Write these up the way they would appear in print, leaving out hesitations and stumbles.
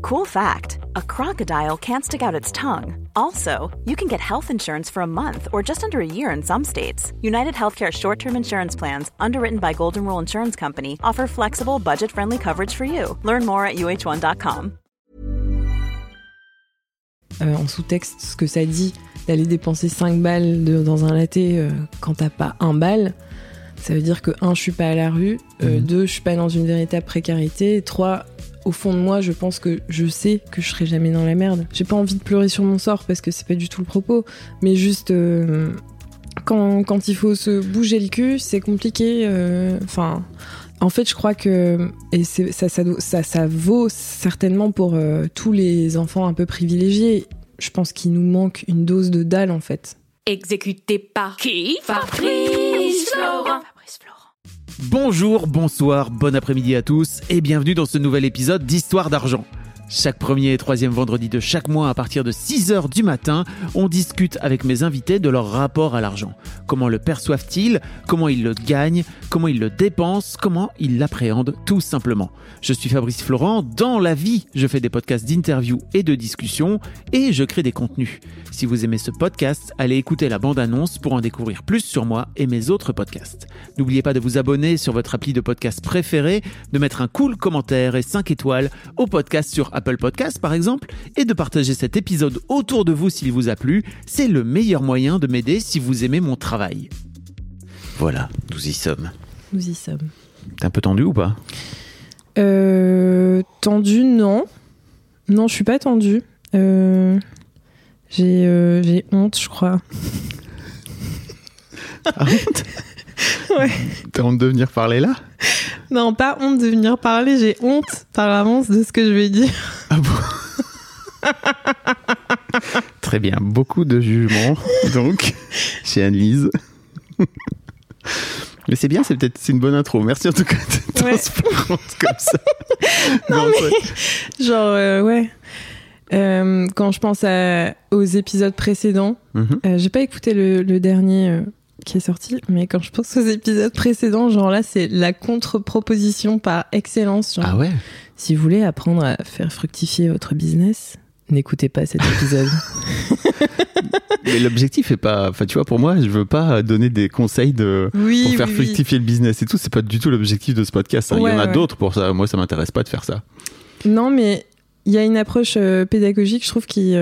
Cool fact, a crocodile can't stick out its tongue. Also, you can get health insurance for a month or just under a year in some states. United Healthcare short-term insurance plans, underwritten by Golden Rule Insurance Company, offer flexible, budget-friendly coverage for you. Learn more at uh1.com. En sous-texte, ce que ça dit, d'aller dépenser 5 balles dans un latte quand t'as pas 1 balle, ça veut dire que 1, je suis pas à la rue, 2, je suis pas dans une véritable précarité, 3, au fond de moi, je pense que je sais que je serai jamais dans la merde. J'ai pas envie de pleurer sur mon sort parce que c'est pas du tout le propos, mais juste quand il faut se bouger le cul, c'est compliqué. En fait, je crois que et ça vaut certainement pour tous les enfants un peu privilégiés. Je pense qu'il nous manque une dose de dalle en fait. Exécuté par qui? Fabrice Florent. Bonjour, bonsoir, bon après-midi à tous et bienvenue dans ce nouvel épisode d'Histoire d'argent. Chaque premier et troisième vendredi de chaque mois à partir de 6h du matin, on discute avec mes invités de leur rapport à l'argent. Comment le perçoivent-ils? Comment ils le gagnent? Comment ils le dépensent? Comment ils l'appréhendent tout simplement? Je suis Fabrice Florent, dans la vie, je fais des podcasts d'interviews et de discussions et je crée des contenus. Si vous aimez ce podcast, allez écouter la bande-annonce pour en découvrir plus sur moi et mes autres podcasts. N'oubliez pas de vous abonner sur votre appli de podcast préféré, de mettre un cool commentaire et 5 étoiles au podcast sur Apple Podcast par exemple, et de partager cet épisode autour de vous s'il vous a plu. C'est le meilleur moyen de m'aider si vous aimez mon travail. Voilà, nous y sommes. Nous y sommes. T'es un peu tendu ou pas? Tendu, non. Non, je suis pas tendue. J'ai honte, je crois. T'as honte? Ouais. T'as honte de venir parler là? Non, pas honte de venir parler, j'ai honte par avance de ce que je vais dire. Ah bon? Très bien, beaucoup de jugements donc chez Anne-Lise. Mais c'est bien, c'est une bonne intro. Merci en tout cas d'être transparente comme ça. Non bon, mais genre ouais. Quand je pense aux épisodes précédents, j'ai pas écouté le dernier qui est sorti, mais quand je pense aux épisodes précédents, genre là c'est la contre-proposition par excellence. Genre, ah ouais. Si vous voulez apprendre à faire fructifier votre business, n'écoutez pas cet épisode. Mais l'objectif est pas, enfin tu vois, pour moi je veux pas donner des conseils pour faire fructifier le business et tout, c'est pas du tout l'objectif de ce podcast, hein. Ouais, il y en a d'autres pour ça, moi ça m'intéresse pas de faire ça. Non mais il y a une approche pédagogique, je trouve, qui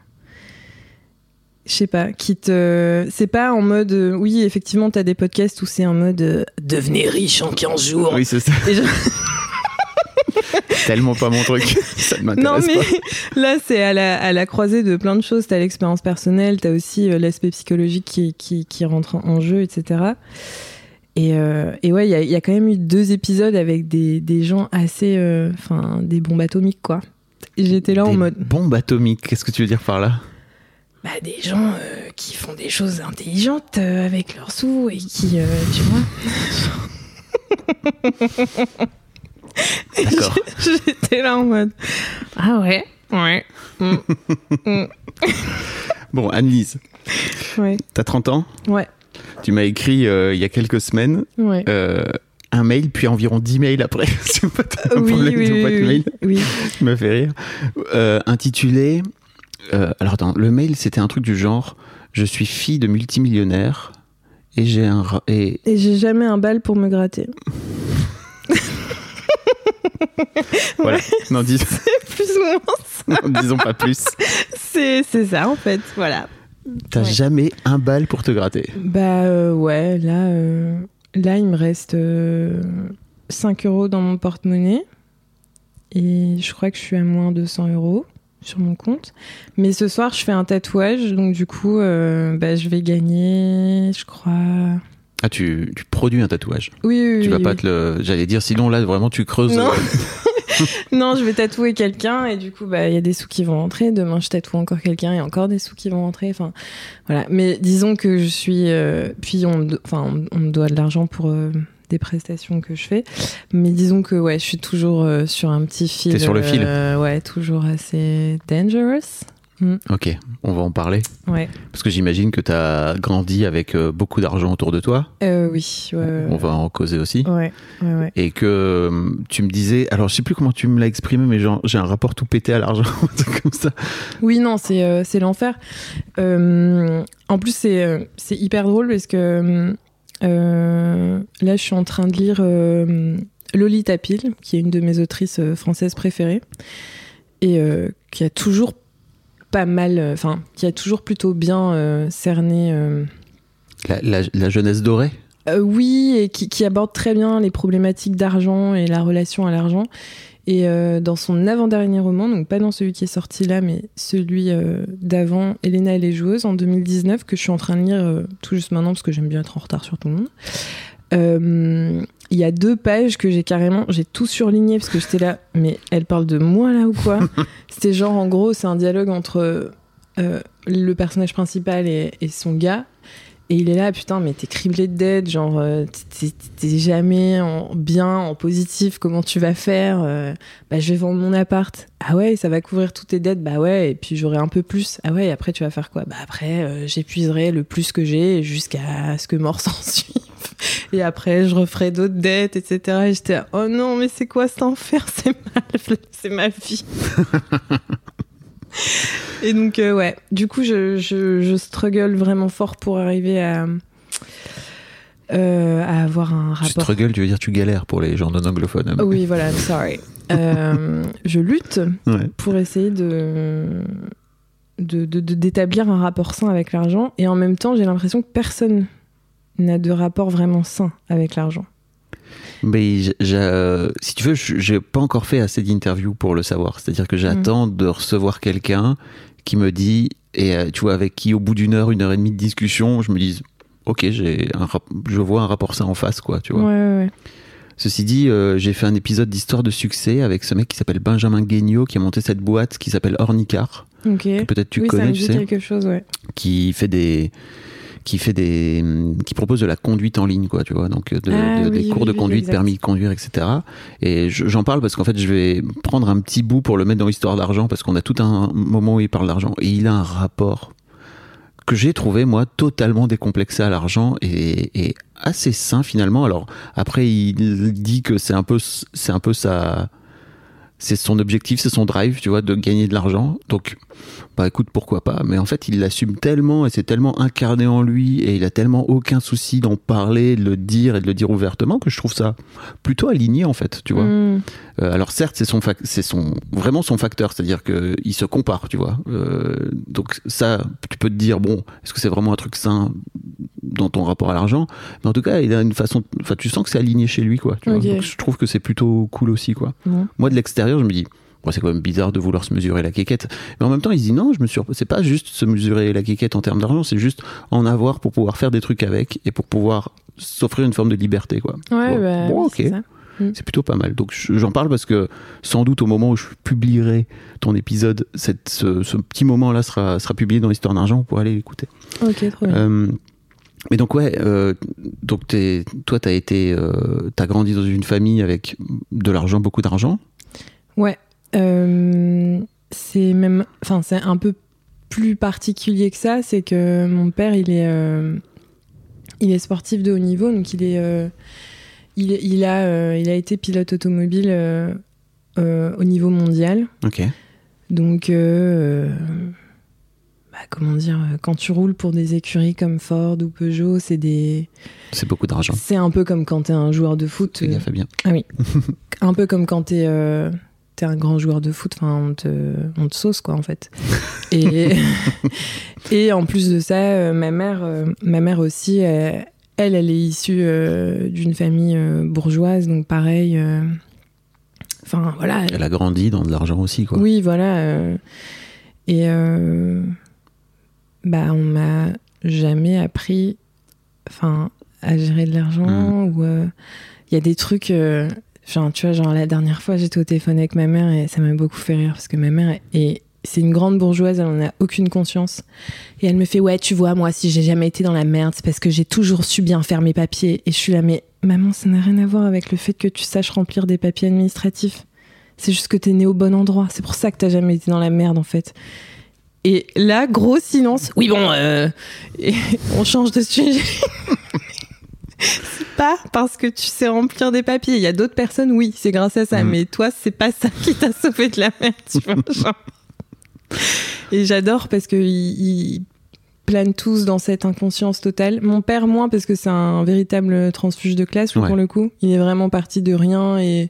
je sais pas, c'est pas en mode oui effectivement t'as des podcasts où c'est en mode devenez riche en 15 jours. Oui c'est ça. Tellement pas mon truc, ça ne m'intéresse pas. Non mais là c'est à la croisée de plein de choses, t'as l'expérience personnelle, t'as aussi l'aspect psychologique qui rentre en jeu, etc. Et ouais, il y a quand même eu 2 épisodes avec des gens assez des bombes atomiques quoi. Et j'étais là en mode bombes atomiques, qu'est-ce que tu veux dire par là? Bah des gens qui font des choses intelligentes avec leurs sous et qui tu vois. D'accord. J'étais là en mode ah ouais. Bon, Anne-Lise, ouais. T'as 30 ans? Ouais. Tu m'as écrit il y a quelques semaines un mail, puis environ 10 mails après. C'est pas un problème de boîte mail. Oui. Ça m'a fait rire. Intitulé alors attends, le mail c'était un truc du genre je suis fille de multimillionnaire et j'ai j'ai jamais un bal pour me gratter. Voilà. Ouais, non, c'est plus ou moins ça. Non, disons pas plus. C'est ça en fait, voilà. T'as jamais un bal pour te gratter? Bah ouais, là il me reste 5 € dans mon porte-monnaie et je crois que je suis à moins de 100 € sur mon compte. Mais ce soir, je fais un tatouage, donc du coup, je vais gagner, je crois... Ah, tu produis un tatouage? Oui. Tu vas pas te le... J'allais dire, sinon là, vraiment, tu creuses... Non, non, je vais tatouer quelqu'un et du coup, il y a des sous qui vont rentrer. Demain, je tatoue encore quelqu'un et encore des sous qui vont rentrer. Enfin, voilà. Mais disons que je suis... puis, on me doit de l'argent pour... des prestations que je fais, mais disons que je suis toujours sur un petit fil. T'es sur le fil. Ouais, toujours assez dangerous. Ok, on va en parler. Ouais. Parce que j'imagine que tu as grandi avec beaucoup d'argent autour de toi. Oui. On va en causer aussi. Ouais. Et que tu me disais, alors je sais plus comment tu me l'as exprimé, mais genre j'ai un rapport tout pété à l'argent, un truc comme ça. Oui, non, c'est l'enfer. En plus, c'est hyper drôle parce que là, je suis en train de lire Lolita Peel, qui est une de mes autrices françaises préférées, et qui a toujours pas mal, qui a toujours plutôt bien cerné La jeunesse dorée. Oui, et qui aborde très bien les problématiques d'argent et la relation à l'argent. Et dans son avant-dernier roman, donc pas dans celui qui est sorti là, mais celui d'avant, Elena et les joueuses, en 2019, que je suis en train de lire tout juste maintenant, parce que j'aime bien être en retard sur tout le monde. Il y a 2 pages que j'ai tout surligné, parce que j'étais là, mais elle parle de moi là ou quoi? C'était genre, en gros, c'est un dialogue entre le personnage principal et son gars. Et il est là, putain, mais t'es criblé de dettes, genre, t'es jamais en positif, comment tu vas faire? Je vais vendre mon appart. Ah ouais, ça va couvrir toutes tes dettes? Bah ouais, et puis j'aurai un peu plus. Ah ouais, et après tu vas faire quoi? Bah après, j'épuiserai le plus que j'ai jusqu'à ce que mort s'en suive. Et après, je referai d'autres dettes, etc. Et j'étais là, oh non, mais c'est quoi cet enfer? C'est ma vie. Et donc, ouais, du coup, je struggle vraiment fort pour arriver à avoir un rapport. Tu struggle, tu veux dire tu galères pour les gens non anglophones. Oui, voilà, I'm sorry. Je lutte pour essayer d'établir un rapport sain avec l'argent, et en même temps, j'ai l'impression que personne n'a de rapport vraiment sain avec l'argent. Mais si tu veux, j'ai pas encore fait assez d'interviews pour le savoir. C'est-à-dire que j'attends de recevoir quelqu'un qui me dit, et tu vois, avec qui au bout d'une heure et demie de discussion, je me dis, ok, je vois un rapport sain en face, quoi, tu vois. Ouais. Ceci dit, j'ai fait un épisode d'Histoire de succès avec ce mec qui s'appelle Benjamin Guignot, qui a monté cette boîte qui s'appelle Ornicar. Ok. Que peut-être tu connais, ça me tu dit sais. quelque chose, ouais. Qui propose de la conduite en ligne, quoi, tu vois, donc des cours de conduite, exact. permis de conduire, etc. Et j'en parle parce qu'en fait, je vais prendre un petit bout pour le mettre dans l'histoire d'argent, parce qu'on a tout un moment où il parle d'argent, et il a un rapport que j'ai trouvé, moi, totalement décomplexé à l'argent et assez sain, finalement. Alors, après, il dit que c'est un peu c'est son objectif, c'est son drive, tu vois, de gagner de l'argent. Donc, bah écoute, pourquoi pas. Mais en fait, il l'assume tellement et c'est tellement incarné en lui et il a tellement aucun souci d'en parler, de le dire et de le dire ouvertement que je trouve ça plutôt aligné, en fait, tu vois. Alors certes, c'est vraiment son facteur, c'est-à-dire qu'il se compare, tu vois. Donc ça, tu peux te dire, bon, est-ce que c'est vraiment un truc sain dans ton rapport à l'argent? Mais en tout cas, il a une façon, enfin, tu sens que c'est aligné chez lui, quoi. Tu vois. Donc je trouve que c'est plutôt cool aussi, quoi. Moi, de l'extérieur, je me dis, bon, c'est quand même bizarre de vouloir se mesurer la quéquette. Mais en même temps, il se dit non, c'est pas juste se mesurer la quéquette en termes d'argent, c'est juste en avoir pour pouvoir faire des trucs avec et pour pouvoir s'offrir une forme de liberté, quoi. Ouais, bon, ok. c'est ça. C'est plutôt pas mal. Donc j'en parle parce que sans doute au moment où je publierai ton épisode, ce petit moment-là sera publié dans l'Histoire d'argent, vous pourrez aller l'écouter. Ok, trop bien. Mais donc ouais, donc toi t'as grandi dans une famille avec de l'argent, beaucoup d'argent. Ouais, c'est un peu plus particulier que ça, c'est que mon père il est sportif de haut niveau, donc il a été pilote automobile au niveau mondial. Ok. Donc comment dire, quand tu roules pour des écuries comme Ford ou Peugeot, c'est beaucoup d'argent. C'est un peu comme quand t'es un joueur de foot. Fais gaffe, Fabien. Ah oui. Un peu comme quand t'es un grand joueur de foot, on te sauce, quoi, en fait. Et en plus de ça, ma mère aussi, elle est issue d'une famille bourgeoise, donc pareil. Voilà. Elle a grandi dans de l'argent aussi, quoi. Oui, voilà. Et on m'a jamais appris, à gérer de l'argent, ou il y a des trucs. Tu vois, la dernière fois, j'étais au téléphone avec ma mère et ça m'a beaucoup fait rire parce que ma mère c'est une grande bourgeoise, elle en a aucune conscience. Et elle me fait, ouais, tu vois, moi, si j'ai jamais été dans la merde, c'est parce que j'ai toujours su bien faire mes papiers. Et je suis là, mais maman, ça n'a rien à voir avec le fait que tu saches remplir des papiers administratifs. C'est juste que t'es né au bon endroit. C'est pour ça que t'as jamais été dans la merde, en fait. Et là, gros silence. Oui, bon, et on change de sujet. C'est pas parce que tu sais remplir des papiers. Il y a d'autres personnes, oui, c'est grâce à ça. Mais toi, c'est pas ça qui t'a sauvé de la merde, tu vois. Genre. Et j'adore parce qu'ils planent tous dans cette inconscience totale. Mon père, moins, parce que c'est un véritable transfuge de classe, pour le coup. Il est vraiment parti de rien et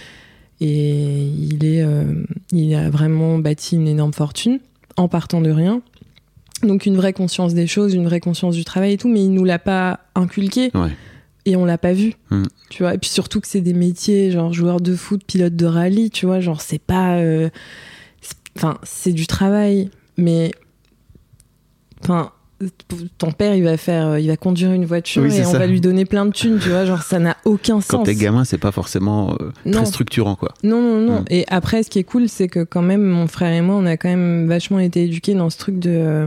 il a vraiment bâti une énorme fortune en partant de rien. Donc une vraie conscience des choses, une vraie conscience du travail et tout, mais il nous l'a pas inculqué et on l'a pas vu, tu vois. Et puis surtout que c'est des métiers, genre joueur de foot, pilote de rallye, tu vois, genre c'est pas... Enfin, c'est du travail, mais... Enfin, ton père, il va conduire une voiture et on va lui donner plein de thunes, tu vois, genre ça n'a aucun sens. Quand t'es gamin, c'est pas forcément très structurant, quoi. Non. Et après, ce qui est cool, c'est que quand même, mon frère et moi, on a quand même vachement été éduqués dans ce truc de...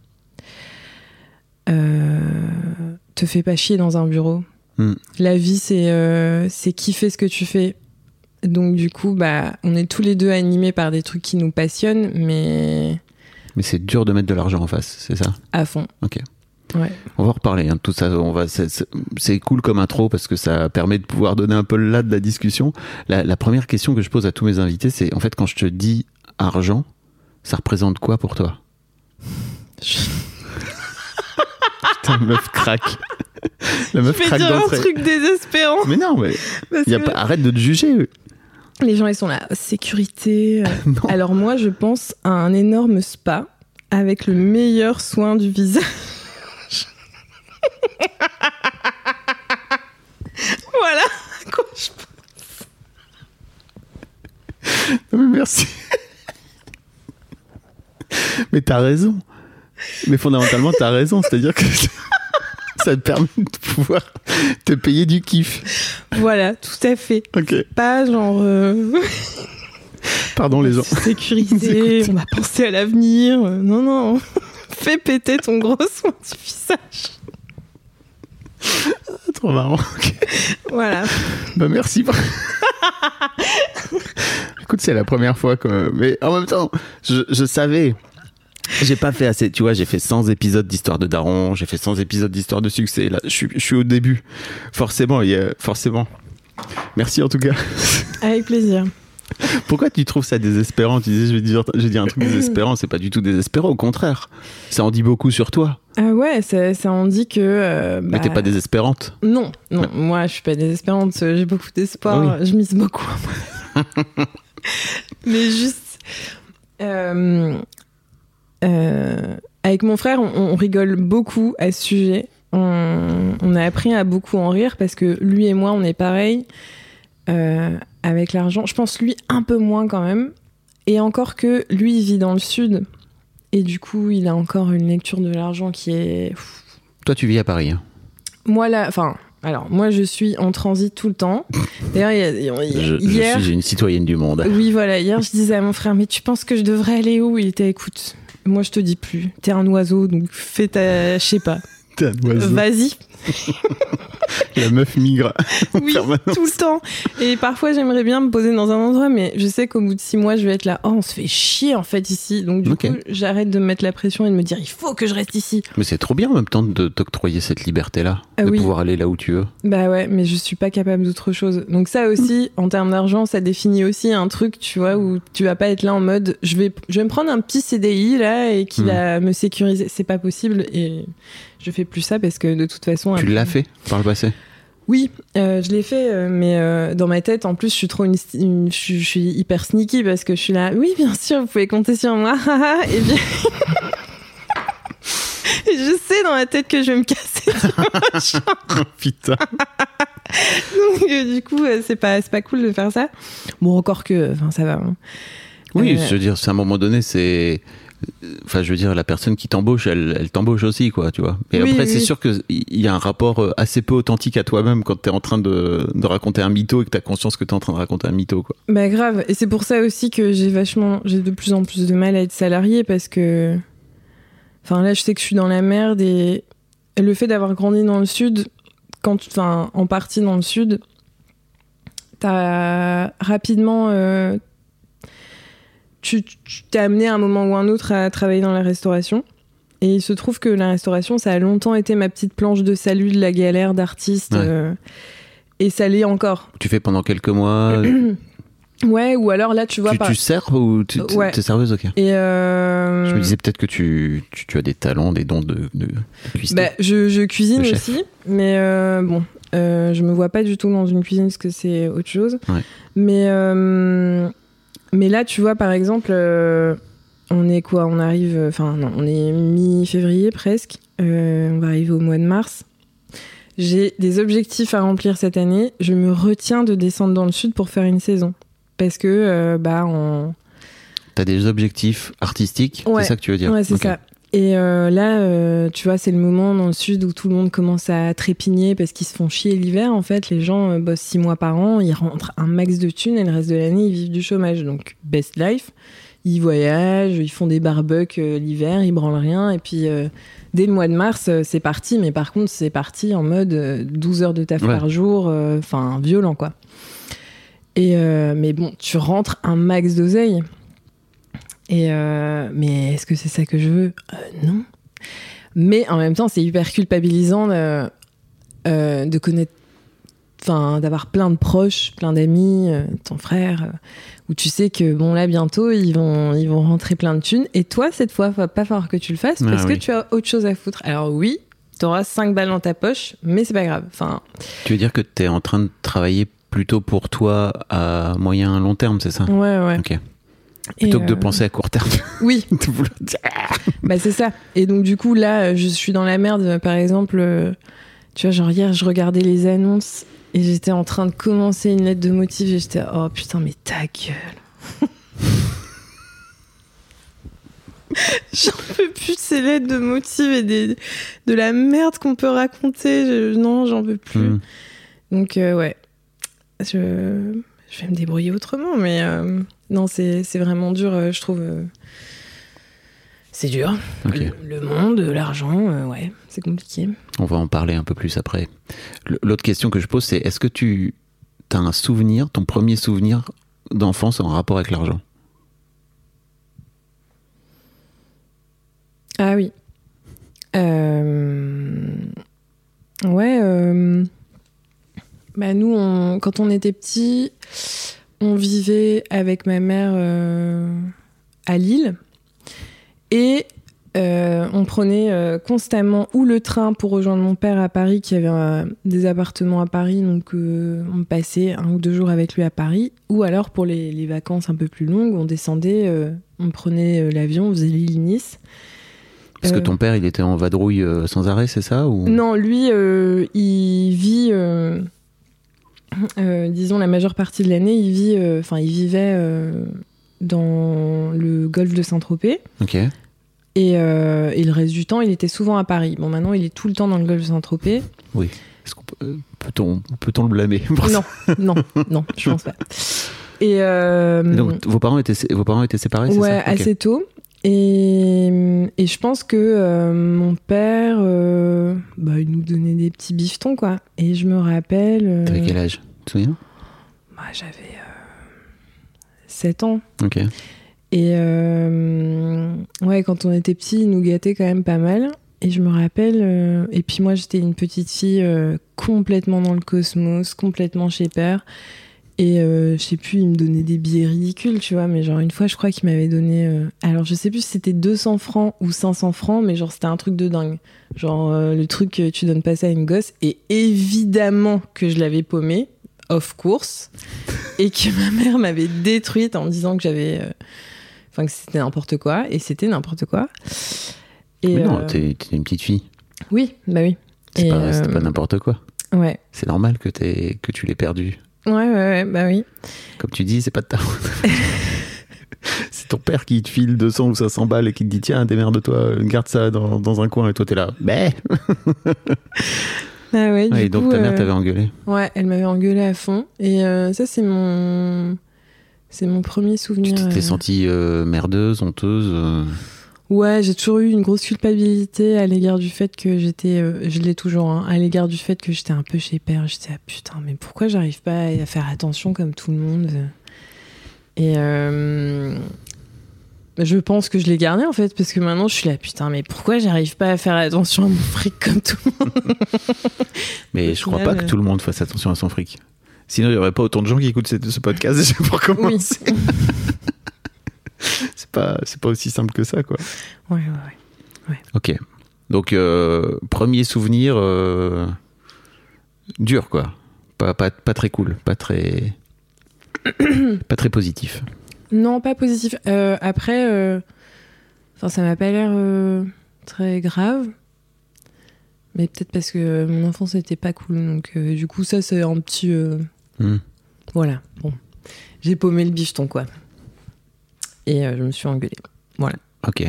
te fais pas chier dans un bureau. La vie, c'est kiffer ce que tu fais. Donc du coup, on est tous les deux animés par des trucs qui nous passionnent, mais... Mais c'est dur de mettre de l'argent en face, c'est ça ? À fond. Ok. Ouais. On va en reparler, tout ça. C'est cool comme intro parce que ça permet de pouvoir donner un peu le là de la discussion. La première question que je pose à tous mes invités, c'est en fait quand je te dis argent, ça représente quoi pour toi ? Putain, la meuf craque. La meuf craque d'entrée. Un truc désespérant. Mais non, mais arrête de te juger. Les gens, ils sont là, sécurité. Alors moi, je pense à un énorme spa avec le meilleur soin du visage. Voilà à quoi je pense. Non mais merci. Mais t'as raison. Mais fondamentalement, t'as raison. C'est-à-dire que ça te permet de pouvoir te payer du kiff. Voilà, tout à fait. Ok. Pas genre... Pardon les gens. Sécurité, on va penser à l'avenir. Non. Fais péter ton gros soin du visage. Trop marrant. Okay. Voilà. Merci. Écoute, c'est la première fois que... Mais en même temps, je savais... J'ai pas fait assez, tu vois, j'ai fait 100 épisodes d'Histoire de Daron, j'ai fait 100 épisodes d'Histoire de Succès, là, je suis au début. Forcément. Merci en tout cas. Avec plaisir. Pourquoi tu trouves ça désespérant ? Tu disais, je vais dire un truc désespérant, c'est pas du tout désespérant, au contraire. Ça en dit beaucoup sur toi. Ah ouais, ça en dit que... Mais t'es pas désespérante ? Non, moi je suis pas désespérante, j'ai beaucoup d'espoir, je mise beaucoup à moi. Mais juste... avec mon frère, on rigole beaucoup à ce sujet. On a appris à beaucoup en rire parce que lui et moi, on est pareil avec l'argent. Je pense lui un peu moins quand même. Et encore que lui, il vit dans le sud. Et du coup, il a encore une lecture de l'argent qui est... Toi, tu vis à Paris, hein. Moi, là... Enfin... Alors, moi, je suis en transit tout le temps. D'ailleurs, hier... Je suis une citoyenne du monde. Oui, voilà. Hier, je disais à mon frère, mais tu penses que je devrais aller où ? Il était, écoute... Moi, je te dis plus. T'es un oiseau, donc fais ta... Je sais pas. T'es un oiseau. Vas-y. La meuf migre. Oui, tout le temps. Et parfois, j'aimerais bien me poser dans un endroit, mais je sais qu'au bout de 6 mois, je vais être là. Oh, on se fait chier, en fait, ici. Donc, du coup, j'arrête de me mettre la pression et de me dire, il faut que je reste ici. Mais c'est trop bien, en même temps, de t'octroyer cette liberté-là. De pouvoir aller là où tu veux. Bah ouais, mais je suis pas capable d'autre chose. Donc ça aussi, en termes d'argent, ça définit aussi un truc, tu vois, où tu vas pas être là en mode, je vais me prendre un petit CDI, là, et qui va me sécuriser. C'est pas possible, et... Je fais plus ça parce que de toute façon... Tu l'as fait par le passé ? Oui, je l'ai fait, mais dans ma tête, en plus, je suis trop je suis hyper sneaky parce que je suis là, oui, bien sûr, vous pouvez compter sur moi, et bien... et je sais dans ma tête que je vais me casser. Putain. Donc, du coup, c'est pas cool de faire ça. Bon, encore que, ça va. Hein. Oui, je veux dire, c'est à un moment donné, c'est... Enfin, je veux dire, la personne qui t'embauche, elle t'embauche aussi, quoi, tu vois. Et après, c'est sûr qu'il y a un rapport assez peu authentique à toi-même quand t'es en train de raconter un mytho et que t'as conscience que t'es en train de raconter un mytho, quoi. Bah, grave. Et c'est pour ça aussi que j'ai de plus en plus de mal à être salariée parce que... Enfin, là, je sais que je suis dans la merde et le fait d'avoir grandi dans le sud, en partie dans le sud, t'as rapidement... tu t'es amené à un moment ou un autre à travailler dans la restauration. Et il se trouve que la restauration, ça a longtemps été ma petite planche de salut de la galère d'artiste. Et ça l'est encore. Tu fais pendant quelques mois. Ouais, ou alors là, tu vois... Tu sers ou t'es serveuse, ok. Et je me disais peut-être que tu as des talents, des dons de cuistot. Bah, je cuisine aussi, mais je me vois pas du tout dans une cuisine parce que c'est autre chose. Ouais. Mais là, tu vois, par exemple, on est quoi ? On arrive... Enfin, non, on est mi-février presque. On va arriver au mois de mars. J'ai des objectifs à remplir cette année. Je me retiens de descendre dans le sud pour faire une saison. Parce que, T'as des objectifs artistiques, c'est ça que tu veux dire ? Ouais, c'est ça. Et là, tu vois, c'est le moment dans le sud où tout le monde commence à trépigner parce qu'ils se font chier l'hiver. En fait, les gens bossent 6 mois par an, ils rentrent un max de thunes et le reste de l'année, ils vivent du chômage. Donc, best life. Ils voyagent, ils font des barbecues l'hiver, ils branlent rien. Et puis, dès le mois de mars, c'est parti. Mais par contre, c'est parti en mode 12 heures de taf par jour. Enfin, violent, quoi. Et mais bon, tu rentres un max d'oseille. Et mais est-ce que c'est ça que je veux ? Non. Mais en même temps, c'est hyper culpabilisant de connaître, enfin, d'avoir plein de proches, plein d'amis, ton frère, où tu sais que bon là bientôt ils vont rentrer plein de thunes. Et toi, cette fois, va pas falloir que tu le fasses parce que tu as autre chose à foutre. Alors oui, t'auras 5 balles dans ta poche, mais c'est pas grave. Enfin. Tu veux dire que t'es en train de travailler plutôt pour toi à moyen long terme, c'est ça ? Ouais. Ok. Plutôt que de penser à court terme. Oui. Bah c'est ça. Et donc du coup là, je suis dans la merde. Par exemple, tu vois, genre hier, je regardais les annonces et j'étais en train de commencer une lettre de motif et j'étais oh putain mais ta gueule. J'en peux plus de ces lettres de motif et de la merde qu'on peut raconter. Non, j'en peux plus. Donc ouais. Je vais me débrouiller autrement, mais non, c'est vraiment dur, je trouve. C'est dur. Okay. Le monde, l'argent, ouais, c'est compliqué. On va en parler un peu plus après. L'autre question que je pose, c'est est-ce que tu as un souvenir, ton premier souvenir d'enfance en rapport avec l'argent ? Ah oui. Ouais. Bah nous, quand on était petits, on vivait avec ma mère à Lille et on prenait constamment ou le train pour rejoindre mon père à Paris qui avait des appartements à Paris, donc on passait 1 ou 2 jours avec lui à Paris, ou alors pour les vacances un peu plus longues, on descendait, on prenait l'avion, on faisait Lille-Nice. Parce que ton père, il était en vadrouille sans arrêt, c'est ça ou... Non, lui, il vit... disons la majeure partie de l'année, il vivait dans le golfe de Saint-Tropez. Ok. Et le reste du temps, il était souvent à Paris. Bon, maintenant, il est tout le temps dans le golfe de Saint-Tropez. Oui. Est-ce qu'on peut-on le blâmer pour ça ? Non, je pense pas. Et donc, vos parents étaient séparés, c'est ça ? Ouais, assez tôt. Et je pense que mon père, il nous donnait des petits bifetons, quoi. Et je me rappelle... T'avais quel âge ? Tu te souviens ? J'avais 7 ans. Ok. Et ouais, quand on était petits, il nous gâtait quand même pas mal. Et je me rappelle... et puis moi, j'étais une petite fille complètement dans le cosmos, complètement chez père. Et je sais plus, il me donnait des billets ridicules, tu vois, mais genre une fois je crois qu'il m'avait donné alors je sais plus si c'était 200 francs ou 500 francs, mais genre c'était un truc de dingue, genre le truc tu donnes pas ça à une gosse. Et évidemment que je l'avais paumé, of course, et que ma mère m'avait détruite en me disant que j'avais que c'était n'importe quoi, et c'était n'importe quoi. Et mais non, t'es une petite fille. Oui, bah oui. C'est pas n'importe quoi. Ouais. C'est normal que tu l'aies perdu. Ouais, bah oui. Comme tu dis, c'est pas de ta faute. C'est ton père qui te file 200 ou 500 balles et qui te dit tiens, démerde-toi, garde ça dans un coin, et toi t'es là. Ah ouais, et donc ta mère t'avait engueulé. Ouais, elle m'avait engueulé à fond. Et ça, c'est mon premier souvenir. Tu t'es sentie merdeuse, honteuse Ouais, j'ai toujours eu une grosse culpabilité à l'égard du fait que je l'ai toujours, hein, à l'égard du fait que j'étais un peu chez père. J'étais putain, mais pourquoi j'arrive pas à faire attention comme tout le monde ? Je pense que je l'ai gardé en fait, parce que maintenant je suis là, putain, mais pourquoi j'arrive pas à faire attention à mon fric comme tout le monde? Mais je crois pas que tout le monde fasse attention à son fric. Sinon, il n'y aurait pas autant de gens qui écoutent ce podcast déjà pour commencer. Oui. C'est pas aussi simple que ça, quoi. Ouais. Ok. Donc, premier souvenir dur, quoi. Pas très cool, pas très positif. Non, pas positif. Après, ça m'a pas l'air très grave. Mais peut-être parce que mon enfance n'était pas cool. Donc, du coup, ça, c'est un petit... Voilà. Bon. J'ai paumé le bifton, quoi. Et je me suis engueulée. Voilà. Ok.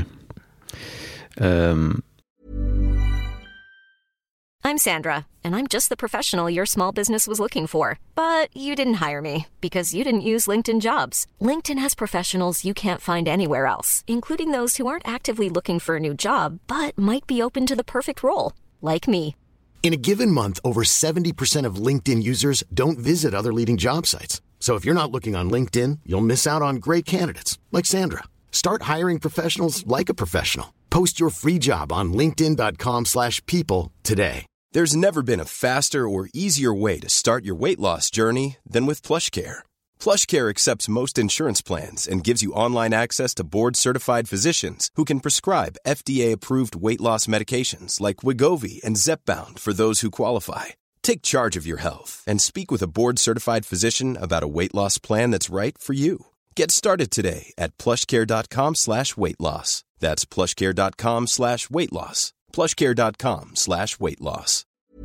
I'm Sandra, and I'm just the professional your small business was looking for. But you didn't hire me because you didn't use LinkedIn Jobs. LinkedIn has professionals you can't find anywhere else, including those who aren't actively looking for a new job, but might be open to the perfect role, like me. In a given month, over 70% of LinkedIn users don't visit other leading job sites. So if you're not looking on LinkedIn, you'll miss out on great candidates like Sandra. Start hiring professionals like a professional. Post your free job on linkedin.com/people today. There's never been a faster or easier way to start your weight loss journey than with PlushCare. PlushCare accepts most insurance plans and gives you online access to board-certified physicians who can prescribe FDA-approved weight loss medications like Wegovy and Zepbound for those who qualify. Take charge of your health and speak with a board-certified physician about a weight loss plan that's right for you. Get started today at plushcare.com/weightloss. That's plushcare.com/weightloss. plushcare.com/weightloss.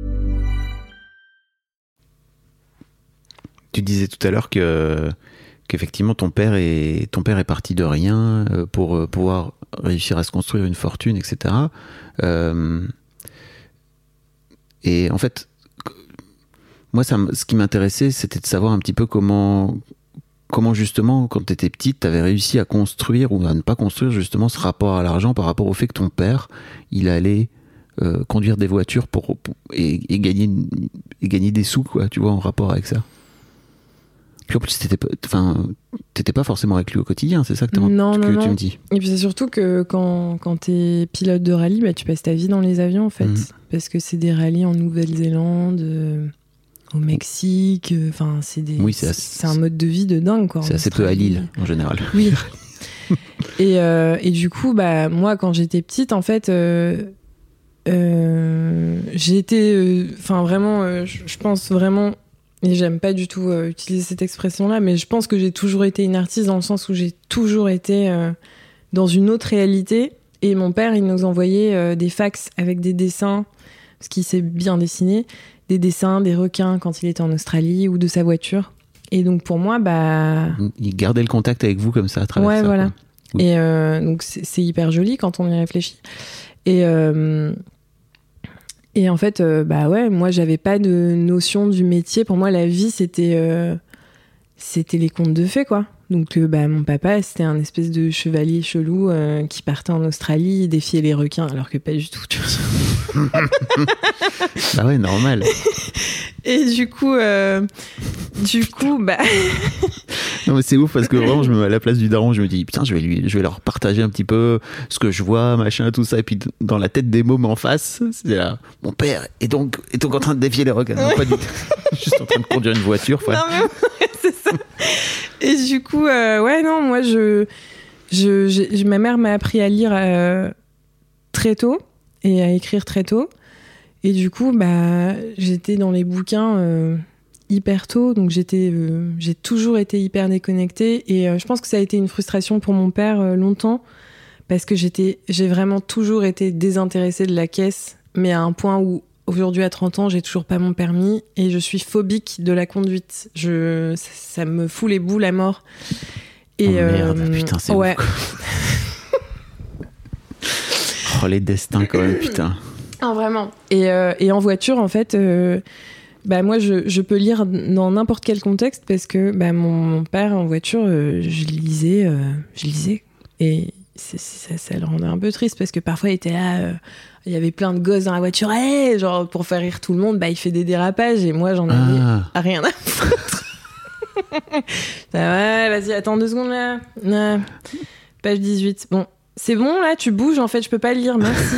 Tu disais tout à l'heure qu'effectivement ton père est parti de rien pour pouvoir réussir à se construire une fortune, etc. Et en fait, moi, ce qui m'intéressait, c'était de savoir un petit peu comment justement, quand tu étais petite, tu avais réussi à construire ou à ne pas construire justement ce rapport à l'argent par rapport au fait que ton père, il allait conduire des voitures et gagner des sous, quoi, tu vois, en rapport avec ça. Puis en plus, t'étais pas forcément avec lui au quotidien, c'est ça que tu me dis. Et puis c'est surtout que quand t'es pilote de rallye, tu passes ta vie dans les avions, en fait. Parce que c'est des rallyes en Nouvelle-Zélande, au Mexique, c'est un mode de vie de dingue, quoi. C'est assez peu à Lille, en général. Oui. et du coup, moi, quand j'étais petite, en fait, j'ai été... vraiment, je pense vraiment... Et j'aime pas du tout utiliser cette expression-là, mais je pense que j'ai toujours été une artiste dans le sens où j'ai toujours été dans une autre réalité. Et mon père, il nous envoyait des fax avec des dessins, parce qu'il sait bien dessiner, des dessins des requins quand il était en Australie ou de sa voiture. Et donc pour moi, il gardait le contact avec vous comme ça à travers ça. Ouais, voilà. Oui. Et donc c'est hyper joli quand on y réfléchit. Et en fait, moi, j'avais pas de notion du métier. Pour moi, la vie, c'était les contes de fées, quoi. Donc, mon papa, c'était un espèce de chevalier chelou qui partait en Australie défier les requins, alors que pas du tout, tu vois. Bah ouais, normal. Et du coup, Non, mais c'est ouf parce que vraiment, je me mets à la place du daron, je me dis, putain, je vais leur partager un petit peu ce que je vois, machin, tout ça. Et puis, dans la tête des mômes en face, c'est là, mon père est donc en train de défier les requins. Non, pas du tout. Juste en train de conduire une voiture. Non, mais c'est ça. Et du coup, moi, ma mère m'a appris à lire très tôt et à écrire très tôt. Et du coup, j'étais dans les bouquins hyper tôt, donc j'ai toujours été hyper déconnectée. Et je pense que ça a été une frustration pour mon père longtemps, parce que j'ai vraiment toujours été désintéressée de la caisse, mais à un point où, aujourd'hui, à 30 ans, j'ai toujours pas mon permis et je suis phobique de la conduite. Ça me fout les boules à mort. Et merde, putain, c'est ouais. Oh, les destins, quand même, putain. Non, vraiment. Et en voiture, en fait, moi, je peux lire dans n'importe quel contexte parce que mon père, en voiture, je lisais. Et ça le rendait un peu triste parce que parfois, il était là... il y avait plein de gosses dans la voiture, genre pour faire rire tout le monde, il fait des dérapages et moi j'en avais rien à foutre. Ouais, vas-y, attends 2 secondes là. Page 18. Bon, c'est bon, là, tu bouges, en fait, je peux pas le lire, merci.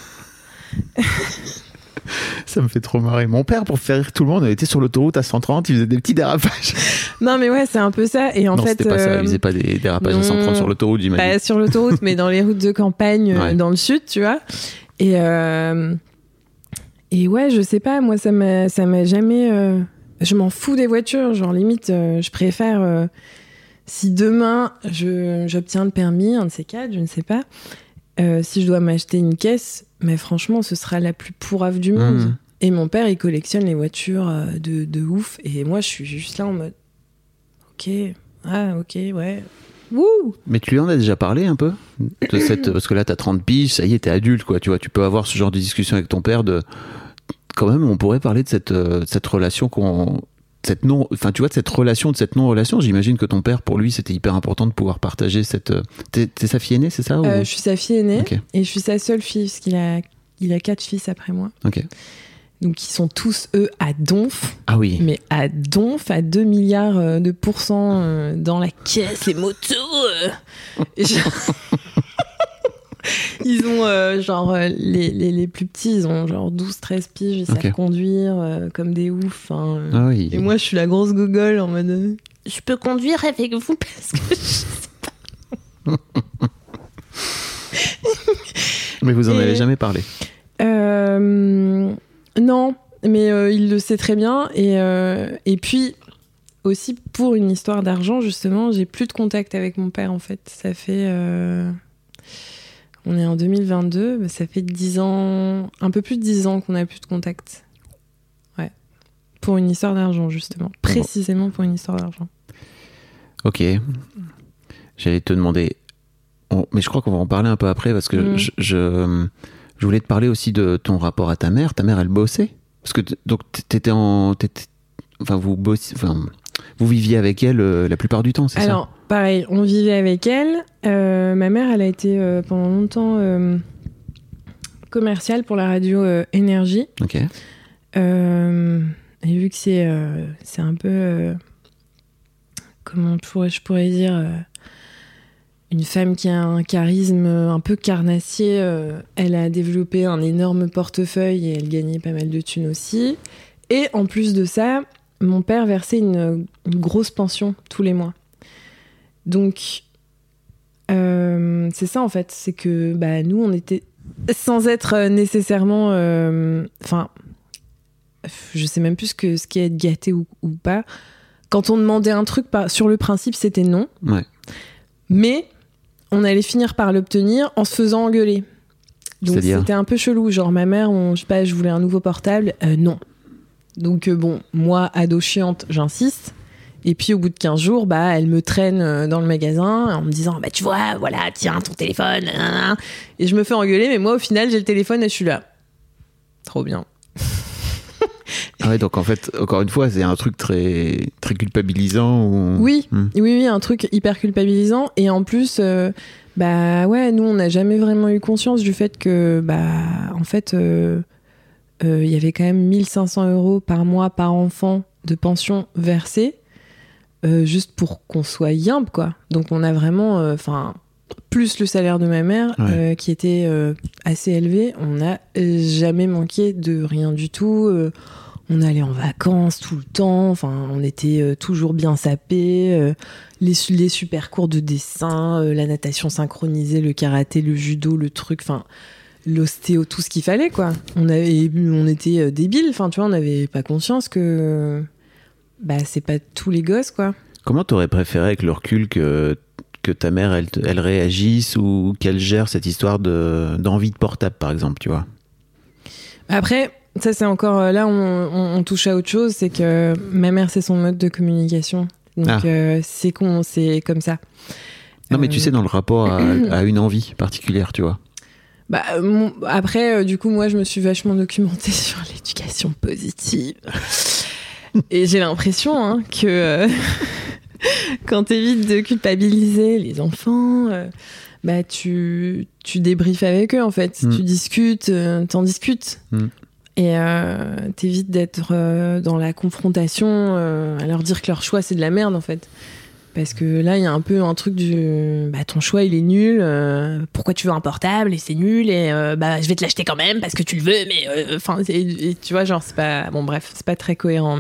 Ça me fait trop marrer. Mon père, pour faire rire tout le monde, était sur l'autoroute à 130, il faisait des petits dérapages. Non, mais ouais, c'est un peu ça. Et en non, fait, c'était pas ça, il faisait pas des dérapages à 130 sur l'autoroute, j'imagine. Pas sur l'autoroute, mais dans les routes de campagne, dans le sud, tu vois. Et ouais, je sais pas, moi, ça m'a jamais... Je m'en fous des voitures, genre limite, je préfère... si demain, j'obtiens le permis, un de ces quatre, je ne sais pas, si je dois m'acheter une caisse, mais franchement, ce sera la plus pourrave du monde. Et mon père, il collectionne les voitures de ouf. Et moi, je suis juste là en mode... Ok, ouais... Wouh. Mais tu lui en as déjà parlé un peu de cette... Parce que là, t'as 30 piges, ça y est, t'es adulte, quoi. Tu vois, tu peux avoir ce genre de discussion avec ton père de... Quand même, on pourrait parler de cette relation cette relation, de cette non-relation. J'imagine que ton père, pour lui, c'était hyper important de pouvoir partager cette... T'es sa fille aînée, c'est ça ou... Je suis sa fille aînée, okay. Et je suis sa seule fille, parce qu'il a 4 fils après moi. Ok. Donc ils sont tous, eux, à donf. Ah oui. Mais à donf, à 2 milliards de pourcents dans la caisse, les motos. Ils ont les plus petits, ils ont genre 12-13 piges, ils savent conduire comme des oufs. Ah oui. Et moi, je suis la grosse gogole en mode je peux conduire avec vous parce que je sais pas. Mais vous en avez jamais parlé? Non, mais il le sait très bien. Et puis, aussi, pour une histoire d'argent, justement, j'ai plus de contact avec mon père, en fait. Ça fait... on est en 2022, bah, ça fait 10 ans... Un peu plus de 10 ans qu'on n'a plus de contact. Ouais. Pour une histoire d'argent, justement. Précisément pour une histoire d'argent. Ok. J'allais te demander... Mais je crois qu'on va en parler un peu après, parce que je voulais te parler aussi de ton rapport à ta mère. Ta mère, elle bossait? Parce que vous viviez avec elle la plupart du temps, c'est ça? Alors, pareil, on vivait avec elle. Ma mère, elle a été pendant longtemps commerciale pour la radio Énergie. Ok. Et vu que c'est un peu... comment je pourrais dire... une femme qui a un charisme un peu carnassier, elle a développé un énorme portefeuille et elle gagnait pas mal de thunes aussi. Et en plus de ça, mon père versait une grosse pension tous les mois. Donc, c'est ça en fait, c'est que nous, on était, sans être nécessairement... je sais même plus ce qui est être gâté ou pas. Quand on demandait un truc, sur le principe, c'était non. Ouais. Mais... on allait finir par l'obtenir en se faisant engueuler. Donc c'était un peu chelou. Genre ma mère, je voulais un nouveau portable. Non. Donc moi, ado chiante, j'insiste. Et puis au bout de 15 jours, elle me traîne dans le magasin en me disant tu vois, voilà, tiens ton téléphone. Et je me fais engueuler, mais moi au final j'ai le téléphone et je suis là. Trop bien. Ah ouais, donc en fait, encore une fois, c'est un truc très, très culpabilisant ou... Oui, un truc hyper culpabilisant. Et en plus, nous, on n'a jamais vraiment eu conscience du fait que, en fait, il y avait quand même 1 500 € par mois par enfant de pension versée, juste pour qu'on soit yimbe, quoi. Donc on a vraiment, plus le salaire de ma mère, qui était assez élevé, on n'a jamais manqué de rien du tout. On allait en vacances tout le temps, on était toujours bien sapés, les super cours de dessin, la natation synchronisée, le karaté, le judo, le truc, l'ostéo, tout ce qu'il fallait, quoi. On était débiles, tu vois, on n'avait pas conscience que c'est pas tous les gosses, quoi. Comment t'aurais préféré, avec le recul, que ta mère, elle réagisse ou qu'elle gère cette histoire d'envie de portable, par exemple, tu vois? Après... ça, c'est encore... là, on touche à autre chose, c'est que ma mère, c'est son mode de communication. Donc, c'est comme ça. Non, mais tu sais, dans le rapport à une envie particulière, tu vois. Après, du coup, moi, je me suis vachement documentée sur l'éducation positive. Et j'ai l'impression que quand t'évites de culpabiliser les enfants... tu débriefes avec eux, en fait. Tu discutes, t'en discutes. Et t'évites d'être dans la confrontation, à leur dire que leur choix c'est de la merde, en fait. Parce que là, il y a un peu un truc du ton choix il est nul, pourquoi tu veux un portable et c'est nul et je vais te l'acheter quand même parce que tu le veux, mais enfin et tu vois, genre c'est pas bon, bref, c'est pas très cohérent,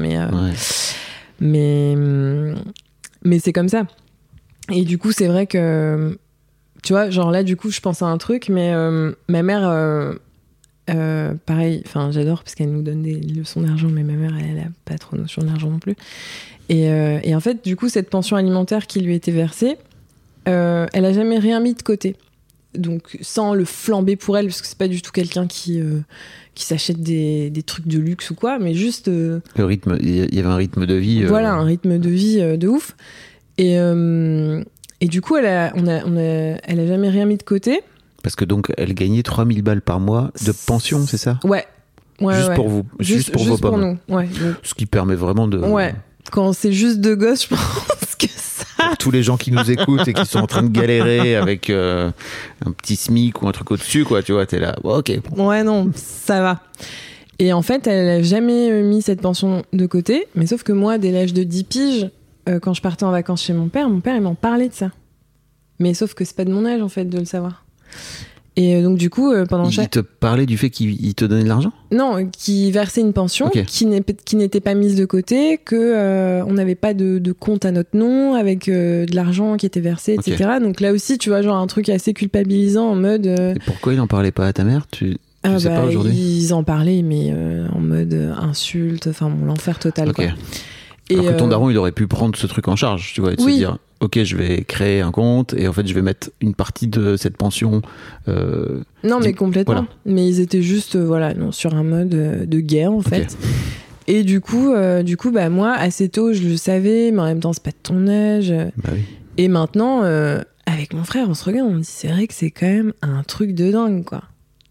mais c'est comme ça. Et du coup, c'est vrai que tu vois, genre là, du coup, je pense à un truc, mais ma mère, pareil, enfin j'adore parce qu'elle nous donne des leçons d'argent, mais ma mère, elle a pas trop notion de l'argent non plus. Et en fait, du coup, cette pension alimentaire qui lui était versée, elle a jamais rien mis de côté. Donc, sans le flamber pour elle, parce que c'est pas du tout quelqu'un qui s'achète des trucs de luxe ou quoi, mais juste... Le rythme, il y avait un rythme de vie... Voilà, un rythme de vie de ouf. Et du coup, elle a jamais rien mis de côté. Parce que donc, elle gagnait 3000 balles par mois de pension, c'est ça ? Ouais. Juste pour vous, juste pour vos pour pommes. nous, ouais. Ce qui permet vraiment de... Ouais. Quand c'est juste deux gosses, je pense que ça... Pour tous les gens qui nous écoutent et qui sont en train de galérer avec un petit SMIC ou un truc au-dessus, quoi, tu vois, t'es là, bon, ok. Ouais, non, ça va. Et en fait, elle a jamais mis cette pension de côté, mais sauf que moi, dès l'âge de 10 piges, quand je partais en vacances chez mon père, il m'en parlait de ça. Mais sauf que c'est pas de mon âge, en fait, de le savoir. Et donc du coup, pendant Il te parlait du fait qu'il te donnait de l'argent ? Non, qui versait une pension, Okay. qui n'était pas mise de côté, que on n'avait pas de compte à notre nom, avec de l'argent qui était versé, etc. Okay. Donc là aussi, tu vois, genre un truc assez culpabilisant en mode... Et pourquoi il en parlait pas à ta mère ? Tu sais pas aujourd'hui ? Ils en parlaient, mais en mode insulte, enfin bon, l'enfer total, Ok. quoi. Alors que ton daron, il aurait pu prendre ce truc en charge, tu vois, et de se dire, ok, je vais créer un compte et en fait, je vais mettre une partie de cette pension. Non, mais complètement. Voilà. Mais ils étaient juste, sur un mode de guerre, en fait. Et du coup, moi, assez tôt, je le savais, mais en même temps, c'est pas de ton âge. Bah oui. Et maintenant, avec mon frère, on se regarde, on dit, c'est vrai que c'est quand même un truc de dingue, quoi.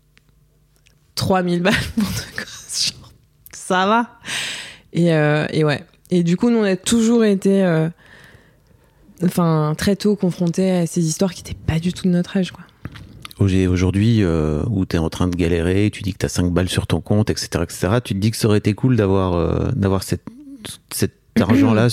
3000 balles pour deux gosses, genre, ça va. Et ouais. Et du coup, nous, on a toujours été, très tôt confrontés à ces histoires qui n'étaient pas du tout de notre âge, quoi. Aujourd'hui, où t'es en train de galérer, tu dis que t'as 5 balles sur ton compte, etc., tu te dis que ça aurait été cool d'avoir cet argent-là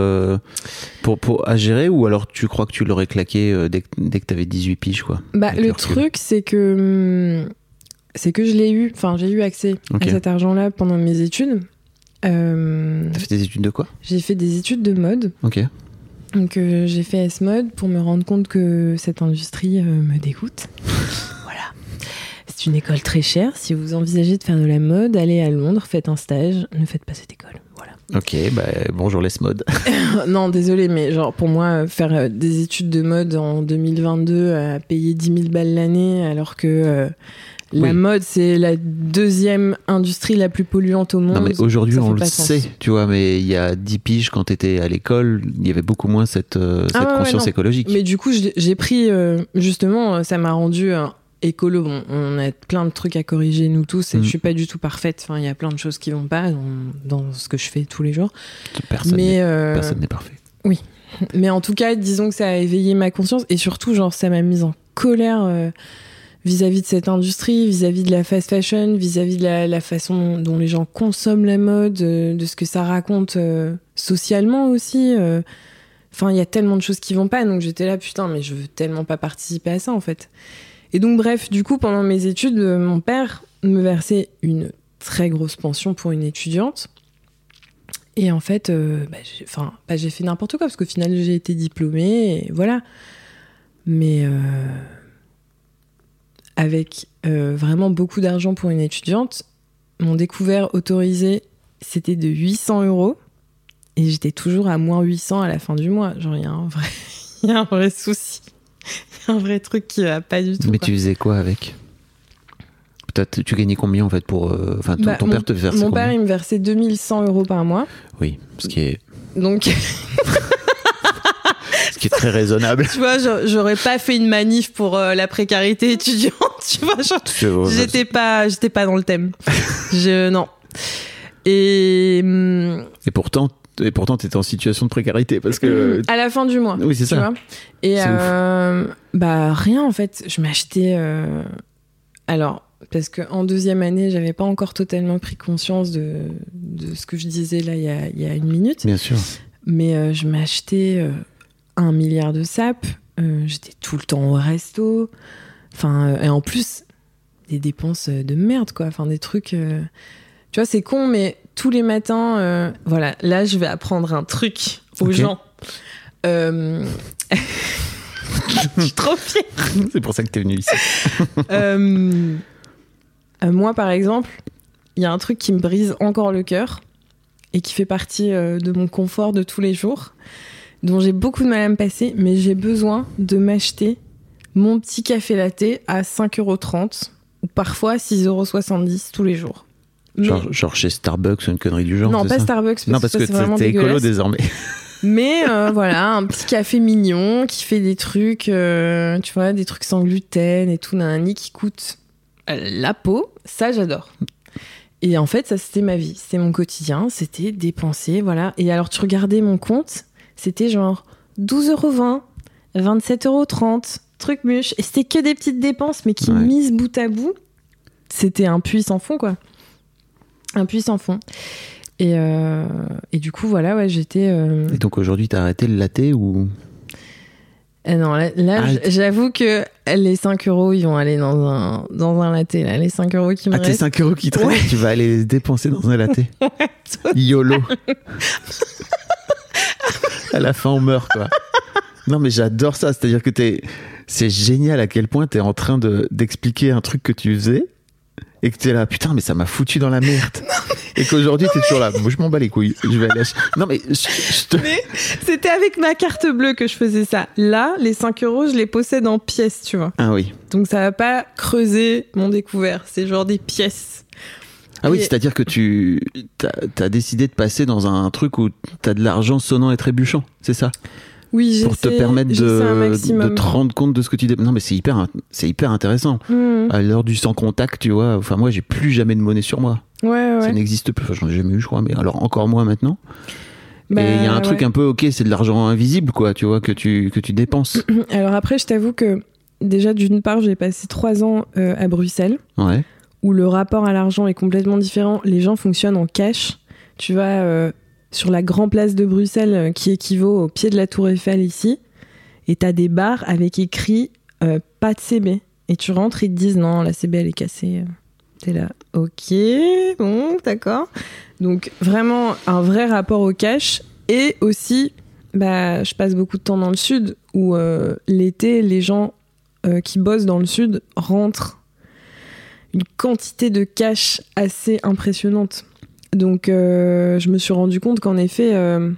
à gérer, ou alors tu crois que tu l'aurais claqué dès que t'avais 18 piges, quoi. Le truc, c'est que je l'ai eu, j'ai eu accès à cet argent-là pendant mes études. T'as fait des études de quoi ? J'ai fait des études de mode. Ok. Donc j'ai fait S-Mode pour me rendre compte que cette industrie me dégoûte. Voilà. C'est une école très chère. Si vous envisagez de faire de la mode, allez à Londres, faites un stage, ne faites pas cette école. Voilà. Ok, bonjour l'S-Mode. Non, désolé, mais genre pour moi, faire des études de mode en 2022 à payer 10 000 balles l'année, alors que la mode, c'est la deuxième industrie la plus polluante au monde. Non, mais aujourd'hui, on le sait, sens. tu vois, mais il y a 10 piges, quand t'étais à l'école, il y avait beaucoup moins cette conscience écologique. Mais du coup, j'ai pris, justement, ça m'a rendu écolo. Bon, on a plein de trucs à corriger, nous tous, et je suis pas du tout parfaite. Enfin, il y a plein de choses qui vont pas dans ce que je fais tous les jours. Personne n'est parfait. Oui. Mais en tout cas, disons que ça a éveillé ma conscience, et surtout, genre, ça m'a mise en colère vis-à-vis de cette industrie, vis-à-vis de la fast fashion, vis-à-vis de la façon dont les gens consomment la mode, de ce que ça raconte socialement aussi. Enfin, il y a tellement de choses qui vont pas, donc j'étais là, putain, mais je veux tellement pas participer à ça, en fait. Et donc, bref, du coup, pendant mes études, mon père me versait une très grosse pension pour une étudiante. Et en fait, j'ai fait n'importe quoi, parce qu'au final, j'ai été diplômée, et voilà. Mais... avec vraiment beaucoup d'argent pour une étudiante, mon découvert autorisé, c'était de 800 €. Et j'étais toujours à moins 800 à la fin du mois. Genre, il y a un vrai souci. Il y a un vrai truc qui va pas du tout. Mais quoi. tu faisais quoi avec ? Peut-être, tu gagnais combien, en fait, pour... ton père te versait combien ? Mon père, il me versait 2100 € par mois. Oui, ce qui est... Donc... ce qui est très raisonnable. Tu vois, j'aurais pas fait une manif pour la précarité étudiante, tu vois, genre, j'étais pas dans le thème. Non. Et pourtant, t'étais en situation de précarité, parce que... à la fin du mois. Oui, c'est ça. Vois. Et rien, en fait. Je m'achetais... Alors, parce qu'en deuxième année, j'avais pas encore totalement pris conscience de ce que je disais là, il y a une minute. Bien sûr. Mais je m'achetais... 1 milliard de sapes. J'étais tout le temps au resto. Enfin, et en plus, des dépenses de merde, quoi. Enfin, des trucs... Tu vois, c'est con, mais tous les matins... voilà, là, je vais apprendre un truc aux gens. Je suis trop fière. C'est pour ça que t'es venue ici. Moi, par exemple, il y a un truc qui me brise encore le cœur et qui fait partie de mon confort de tous les jours, dont j'ai beaucoup de mal à me passer, mais j'ai besoin de m'acheter mon petit café latte à 5,30€ ou parfois 6,70€ tous les jours. Genre chez Starbucks ou une connerie du genre. Non, pas ça Starbucks, parce que c'est vraiment t'es écolo dégueulasse. désormais. Mais voilà, un petit café mignon qui fait des trucs, tu vois, des trucs sans gluten et tout, nanani, qui coûte la peau. Ça, j'adore. Et en fait, ça, c'était ma vie. C'était mon quotidien. C'était dépenser, voilà. Et alors, tu regardais mon compte, c'était genre 12,20€, 27,30€, truc muche. Et c'était que des petites dépenses, mais qui mises bout à bout, c'était un puits sans fond, quoi. Un puits sans fond. Et du coup, voilà, ouais, j'étais... Et donc aujourd'hui, t'as arrêté le latte ou... non, là j'avoue que les 5€, ils vont aller dans un latte, là. Les 5€ qui me restent. Tes 5€ qui te restent, tu vas aller les dépenser dans un latte. YOLO. À la fin, on meurt, quoi. Non, mais j'adore ça. C'est-à-dire que c'est génial à quel point t'es en train d'expliquer un truc que tu faisais et que t'es là, putain, mais ça m'a foutu dans la merde. Et qu'aujourd'hui, t'es toujours là. Moi, je m'en bats les couilles. Je vais aller acheter. Non, mais Mais c'était avec ma carte bleue que je faisais ça. Là, les 5€, je les possède en pièces, tu vois. Ah oui. Donc, ça va pas creuser mon découvert. C'est genre des pièces. Ah oui, c'est-à-dire que t'as décidé de passer dans un truc où t'as de l'argent sonnant et trébuchant. C'est ça? Oui, pour te permettre de te rendre compte de ce que tu dépenses. Non, mais c'est hyper intéressant. À l'heure du sans contact, tu vois. Enfin, moi, j'ai plus jamais de monnaie sur moi. Ouais. Ça n'existe plus. Enfin, j'en ai jamais eu, je crois. Mais alors, encore moins maintenant. Bah, et il y a un truc un peu, ok, c'est de l'argent invisible, quoi, tu vois, que tu dépenses. Alors après, je t'avoue que déjà, d'une part, j'ai passé 3 ans à Bruxelles. Ouais. Où le rapport à l'argent est complètement différent. Les gens fonctionnent en cash. Tu vas sur la grande place de Bruxelles, qui équivaut au pied de la Tour Eiffel ici, et t'as des bars avec écrit pas de CB. Et tu rentres, ils te disent non, la CB elle est cassée. T'es là, ok, bon, d'accord. Donc vraiment un vrai rapport au cash. Et aussi, je passe beaucoup de temps dans le sud, où l'été, les gens qui bossent dans le sud rentrent une quantité de cash assez impressionnante. Donc je me suis rendu compte qu'en effet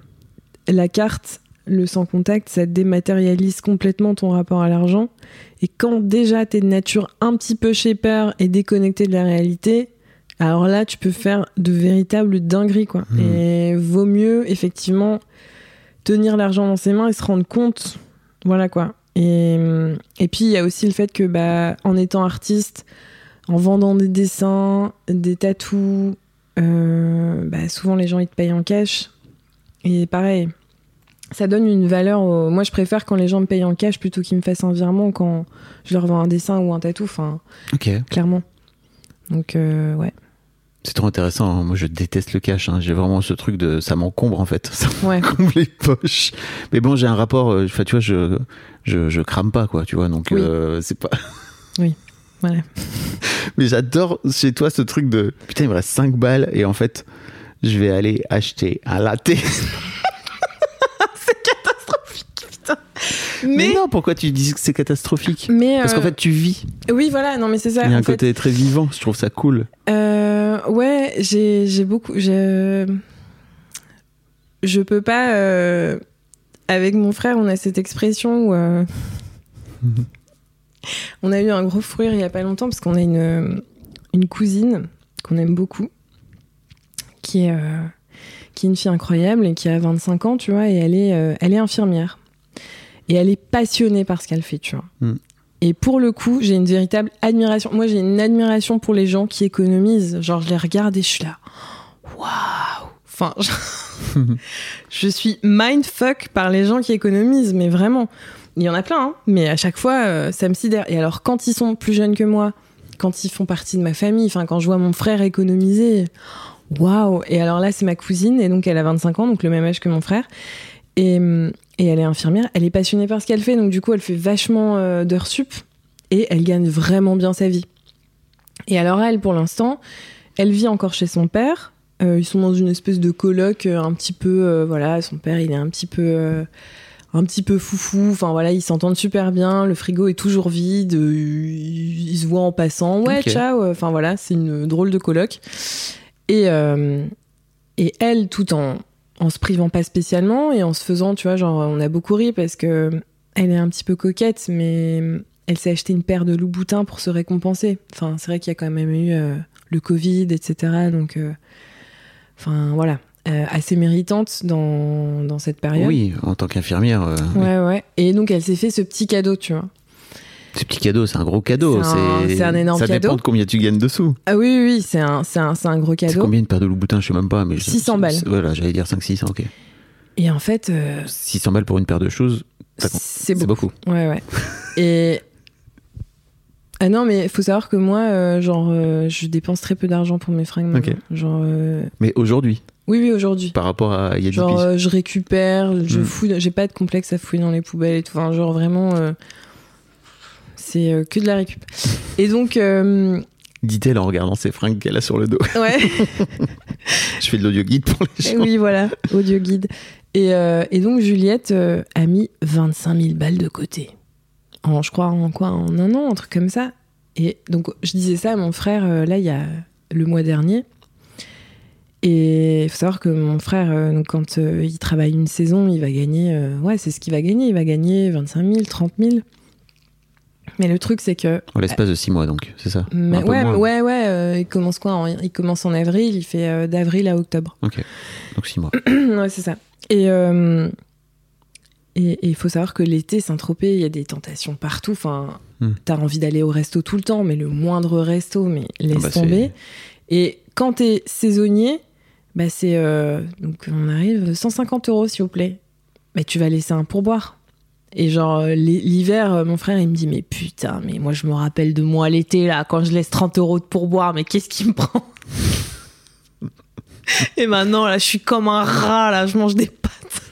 la carte, le sans contact, ça dématérialise complètement ton rapport à l'argent, et quand déjà t'es de nature un petit peu shaper et déconnecté de la réalité, alors là tu peux faire de véritables dingueries, quoi. Et vaut mieux effectivement tenir l'argent dans ses mains et se rendre compte, voilà, quoi. Et puis il y a aussi le fait que en étant artiste, en vendant des dessins, des tatous, souvent les gens ils te payent en cash, et pareil, ça donne une valeur moi je préfère quand les gens me payent en cash plutôt qu'ils me fassent un virement quand je leur vends un dessin ou un tatou, enfin clairement. Donc ouais, c'est trop intéressant, hein. Moi je déteste le cash, hein. J'ai vraiment ce truc ça m'encombre en fait, ça m'encombre les poches, mais bon, j'ai un rapport, tu vois, je crame pas, quoi, tu vois, donc oui. C'est pas oui. Voilà. Mais j'adore chez toi ce truc de putain, il me reste 5 balles et en fait je vais aller acheter un latte. C'est catastrophique, putain. Mais non, pourquoi tu dis que c'est catastrophique? Parce qu'en fait tu vis. Oui, voilà, non mais c'est ça. Il y a un côté très vivant, je trouve ça cool. Ouais, j'ai beaucoup... Je peux pas... Avec mon frère, on a cette expression où... On a eu un gros fou rire il y a pas longtemps parce qu'on a une cousine qu'on aime beaucoup, qui est une fille incroyable et qui a 25 ans, tu vois, et elle est infirmière. Et elle est passionnée par ce qu'elle fait, tu vois. Et pour le coup, j'ai une véritable admiration. Moi, j'ai une admiration pour les gens qui économisent. Genre, je les regarde et je suis là, waouh. Enfin, je suis mindfuck par les gens qui économisent, mais vraiment. Il y en a plein, hein, mais à chaque fois, ça me sidère. Et alors, quand ils sont plus jeunes que moi, quand ils font partie de ma famille, enfin, quand je vois mon frère économiser, waouh. Et alors là, c'est ma cousine, et donc elle a 25 ans, donc le même âge que mon frère. Et Et elle est infirmière, elle est passionnée par ce qu'elle fait, donc du coup elle fait vachement d'heures sup et elle gagne vraiment bien sa vie. Et alors elle, pour l'instant, elle vit encore chez son père. Ils sont dans une espèce de coloc un petit peu, voilà, son père il est un petit peu foufou, enfin voilà, ils s'entendent super bien, le frigo est toujours vide, ils se voient en passant, ouais, Ok. ciao, enfin voilà, c'est une drôle de coloc. Et elle, tout en se privant pas spécialement et en se faisant, tu vois, genre, on a beaucoup ri parce que elle est un petit peu coquette, mais elle s'est acheté une paire de loups-boutins pour se récompenser. Enfin, c'est vrai qu'il y a quand même eu le Covid, etc. Donc, enfin, voilà. Assez méritante dans cette période. Oui, en tant qu'infirmière. Ouais. Et donc, elle s'est fait ce petit cadeau, tu vois. Ce petit cadeau, c'est un gros cadeau. C'est un énorme ça cadeau. Ça dépend de combien tu gagnes dessous. Ah oui, c'est un gros cadeau. C'est combien une paire de loups-boutins, je sais même pas. Mais 600 balles. Voilà, j'allais dire 500-600, ok. Et en fait... 600 balles pour une paire de choses, c'est beaucoup. Ouais. Et... Ah non, mais il faut savoir que moi, je dépense très peu d'argent pour mes fringues. Ok. Genre... Mais aujourd'hui, Oui, aujourd'hui. par rapport à il y a 10 piges. Genre, je récupère, je fouille, j'ai pas de complexe à fouiller dans les poubelles et tout. Enfin, genre vraiment, c'est que de la récup. Et donc, Dit-elle en regardant ses fringues qu'elle a sur le dos. ouais. Je fais de l'audio guide pour les gens. Oui, voilà, audio guide. Et donc, Juliette a mis 25 000 balles de côté. Je crois en un an, un truc comme ça. Et donc, je disais ça à mon frère, là, il y a le mois dernier. Et il faut savoir que mon frère, donc quand il travaille une saison, il va gagner... c'est ce qu'il va gagner. Il va gagner 25 000, 30 000. Mais le truc, c'est que... En l'espace de 6 mois, donc, c'est ça? Mais, Un peu moins. il commence quoi il commence en avril, il fait d'avril à octobre. Ok, donc 6 mois. Ouais, c'est ça. Et il faut savoir que l'été, Saint-Tropez, il y a des tentations partout. Enfin, t'as envie d'aller au resto tout le temps, mais le moindre resto, mais laisse tomber. Et quand t'es saisonnier, bah c'est... donc on arrive, 150 €, s'il vous plaît. Mais tu vas laisser un pourboire. Et genre, l'hiver, mon frère, il me dit, mais putain, mais moi, je me rappelle de moi l'été, là, quand je laisse 30 € de pourboire, mais qu'est-ce qui me prend? Et maintenant, là, je suis comme un rat, là, je mange des pâtes.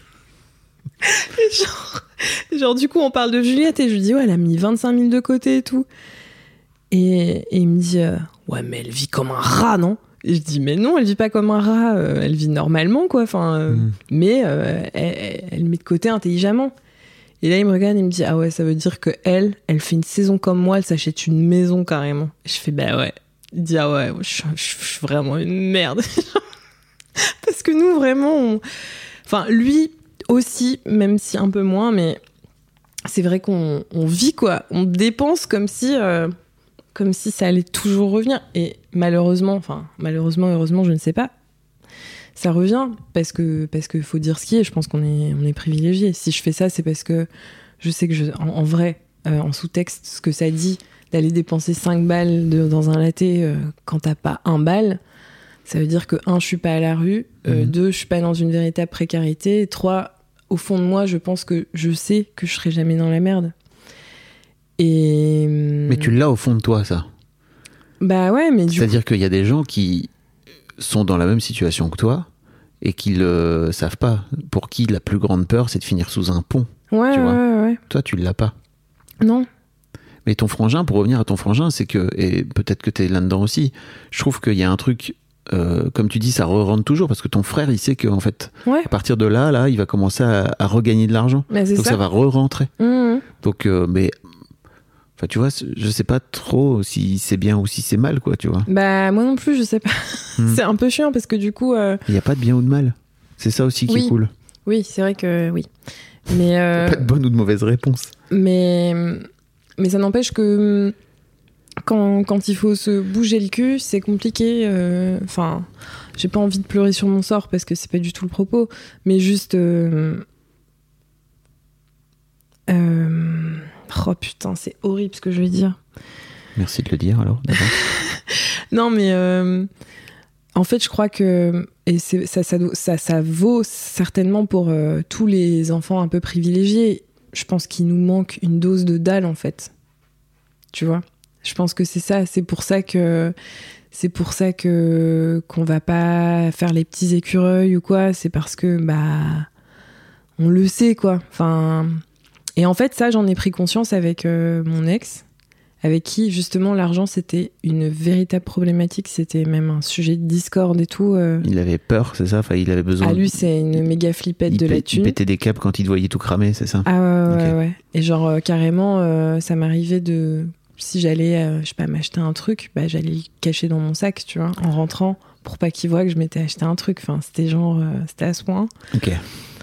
Et genre, du coup, on parle de Juliette, et je lui dis, ouais, elle a mis 25 000 de côté et tout. Et il me dit, ouais, mais elle vit comme un rat, non? Et je dis, mais non, elle vit pas comme un rat, elle vit normalement, quoi. Enfin, mais elle met de côté intelligemment. Et là, il me regarde et il me dit, ah ouais, ça veut dire que elle fait une saison comme moi, elle s'achète une maison carrément. Et je fais, bah ouais. Il dit, ah ouais, je suis vraiment une merde. Parce que nous, vraiment, enfin, lui aussi, même si un peu moins, mais c'est vrai qu'on vit, quoi. On dépense comme si ça allait toujours revenir. Et malheureusement, heureusement, je ne sais pas, ça revient parce que faut dire ce qui est. Je pense qu'on est privilégié. Si je fais ça, c'est parce que je sais que en vrai, en sous-texte, ce que ça dit d'aller dépenser 5 balles dans un latte quand t'as pas 1 balle, ça veut dire que 1, je suis pas à la rue, 2, je suis pas dans une véritable précarité, 3, au fond de moi, je pense que je sais que je serai jamais dans la merde. Et mais tu l'as au fond de toi, ça. Bah ouais, mais c'est-à-dire qu'il y a des gens qui sont dans la même situation que toi et qui le savent pas. Pour qui la plus grande peur, c'est de finir sous un pont. Ouais, tu vois. Ouais. Toi, tu l'as pas. Non. Mais ton frangin, pour revenir à ton frangin, c'est que, et peut-être que t'es là-dedans aussi, je trouve qu'il y a un truc, comme tu dis, ça re-rentre toujours, parce que ton frère, il sait qu'en fait, à partir de là, il va commencer à regagner de l'argent. Mais donc ça va re-rentrer. Donc, mais... Enfin, tu vois, je sais pas trop si c'est bien ou si c'est mal, quoi, tu vois. Bah, moi non plus, je sais pas. C'est un peu chiant parce que du coup... Il n'y a pas de bien ou de mal. C'est ça aussi qui est cool. Oui, c'est vrai que oui. Mais... pas de bonne ou de mauvaise réponse. Mais ça n'empêche que quand il faut se bouger le cul, c'est compliqué. Enfin, j'ai pas envie de pleurer sur mon sort parce que c'est pas du tout le propos. Mais juste... oh putain, c'est horrible ce que je vais dire. Merci de le dire alors, d'abord. Non, mais en fait, je crois que et ça vaut certainement pour tous les enfants un peu privilégiés. Je pense qu'il nous manque une dose de dalle, en fait. Tu vois ? Je pense que c'est ça. C'est pour ça que qu'on va pas faire les petits écureuils ou quoi. C'est parce que on le sait, quoi. Enfin, et en fait, ça, j'en ai pris conscience avec mon ex, avec qui, justement, l'argent, c'était une véritable problématique. C'était même un sujet de discorde et tout. Il avait peur, c'est ça? Enfin, il avait besoin... Ah, lui, c'est une méga flippette de la thune. Il pétait des câbles quand il te voyait tout cramer, c'est ça? Ah ouais, Ok. ouais. Et genre, carrément, ça m'arrivait de... Si j'allais, je sais pas, m'acheter un truc, bah, j'allais le cacher dans mon sac, tu vois, en rentrant, pour pas qu'il voit que je m'étais acheté un truc. Enfin, c'était genre... c'était à ce point. Ok.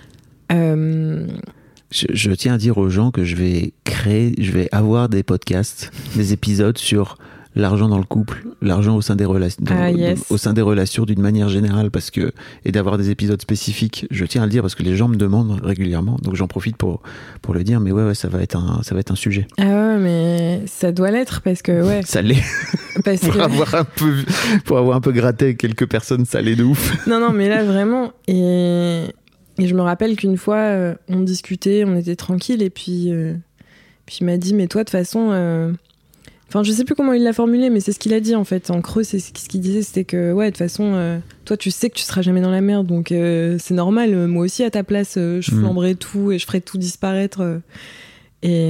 Je tiens à dire aux gens que je vais avoir des podcasts, des épisodes sur l'argent dans le couple, l'argent au sein des relations, au sein des relations d'une manière générale, parce que, et d'avoir des épisodes spécifiques. Je tiens à le dire parce que les gens me demandent régulièrement, donc j'en profite pour le dire. Mais ouais, ça va être un sujet. Ah ouais, mais ça doit l'être parce que ouais. Ça l'est. Parce pour avoir un peu gratté avec quelques personnes, ça l'est de ouf. Non, mais là vraiment. Et je me rappelle qu'une fois, on discutait, on était tranquille, et puis il m'a dit, mais toi, de toute façon, enfin, je sais plus comment il l'a formulé, mais c'est ce qu'il a dit en fait. En creux, c'est ce qu'il disait, c'était que ouais, de toute façon, toi, tu sais que tu seras jamais dans la merde, donc c'est normal. Moi aussi, à ta place, je flamberais tout et je ferais tout disparaître. Et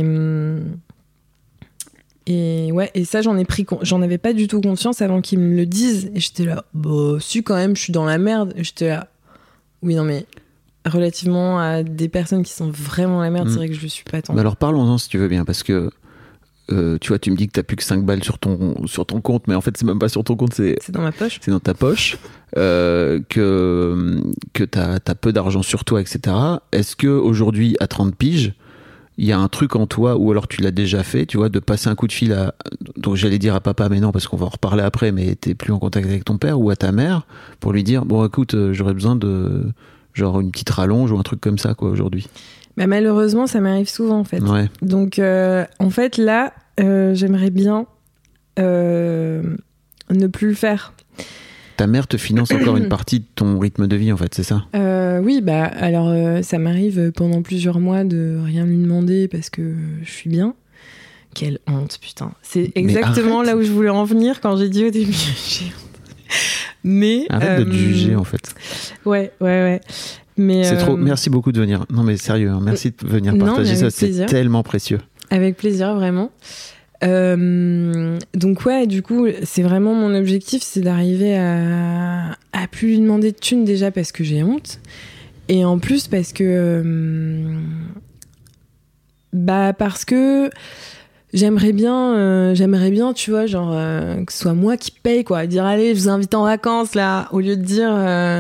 ouais, et ça, j'en avais pas du tout conscience avant qu'ils me le disent. Et j'étais là, bah, si quand même, je suis dans la merde. Et j'étais là, oui, non mais. Relativement à des personnes qui sont vraiment dans la merde, c'est vrai que je le suis pas tant. Mais alors parlons-en si tu veux bien, parce que tu vois, tu me dis que t'as plus que 5 balles sur ton compte, mais en fait c'est même pas sur ton compte, c'est dans ma poche. C'est dans ta poche, que t'as peu d'argent sur toi, etc. Est-ce que aujourd'hui, à 30 piges, il y a un truc en toi, ou alors tu l'as déjà fait, tu vois, de passer un coup de fil à, donc j'allais dire à papa, mais non, parce qu'on va en reparler après, mais t'es plus en contact avec ton père, ou à ta mère, pour lui dire, bon écoute, j'aurais besoin de... genre une petite rallonge ou un truc comme ça, quoi, aujourd'hui? Bah, malheureusement, ça m'arrive souvent, en fait. Ouais. Donc, en fait, là, j'aimerais bien ne plus le faire. Ta mère te finance encore une partie de ton rythme de vie, en fait, c'est ça? Oui, bah, alors, ça m'arrive pendant plusieurs mois de rien lui demander parce que je suis bien. Quelle honte, putain. C'est exactement là où je voulais en venir quand j'ai dit au début. J'ai honte. Mais arrête de te juger, en fait. Ouais. Mais c'est trop. Merci beaucoup de venir. Non, mais sérieux, hein, merci de venir partager ça. C'est tellement précieux. Avec plaisir, vraiment. Donc ouais, du coup, c'est vraiment mon objectif, c'est d'arriver à plus lui demander de thunes, déjà parce que j'ai honte, et en plus parce que parce que j'aimerais bien, tu vois, genre que ce soit moi qui paye, quoi, dire allez, je vous invite en vacances là, au lieu de dire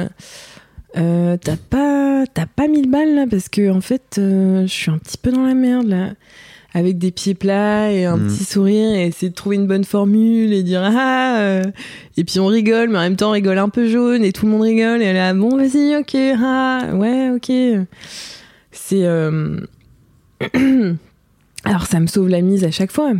t'as pas 1000 balles là, parce que en fait je suis un petit peu dans la merde là, avec des pieds plats et un petit sourire, et essayer de trouver une bonne formule et dire et puis on rigole, mais en même temps on rigole un peu jaune et tout le monde rigole, et elle est là, bon vas-y, ok, ouais, ok, c'est alors ça me sauve la mise à chaque fois,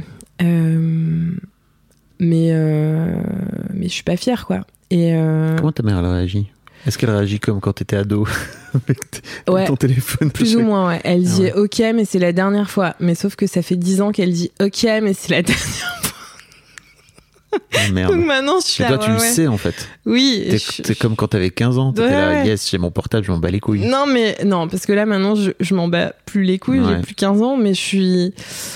mais je suis pas fière, quoi. Et comment ta mère elle réagit? Est-ce qu'elle réagit comme quand t'étais ado avec ton téléphone? Plus ou moins, ouais. Elle dit ok, mais c'est la dernière fois. Mais sauf que ça fait 10 ans qu'elle dit ok, mais c'est la dernière fois. Oh, merde. Donc maintenant, je suis là. Toi, tu le sais, en fait. Oui. T'es comme quand t'avais 15 ans. T'étais là, yes, j'ai mon portable, je m'en bats les couilles. Non, parce que là, maintenant, je m'en bats plus les couilles. Ouais. J'ai plus 15 ans, mais je suis.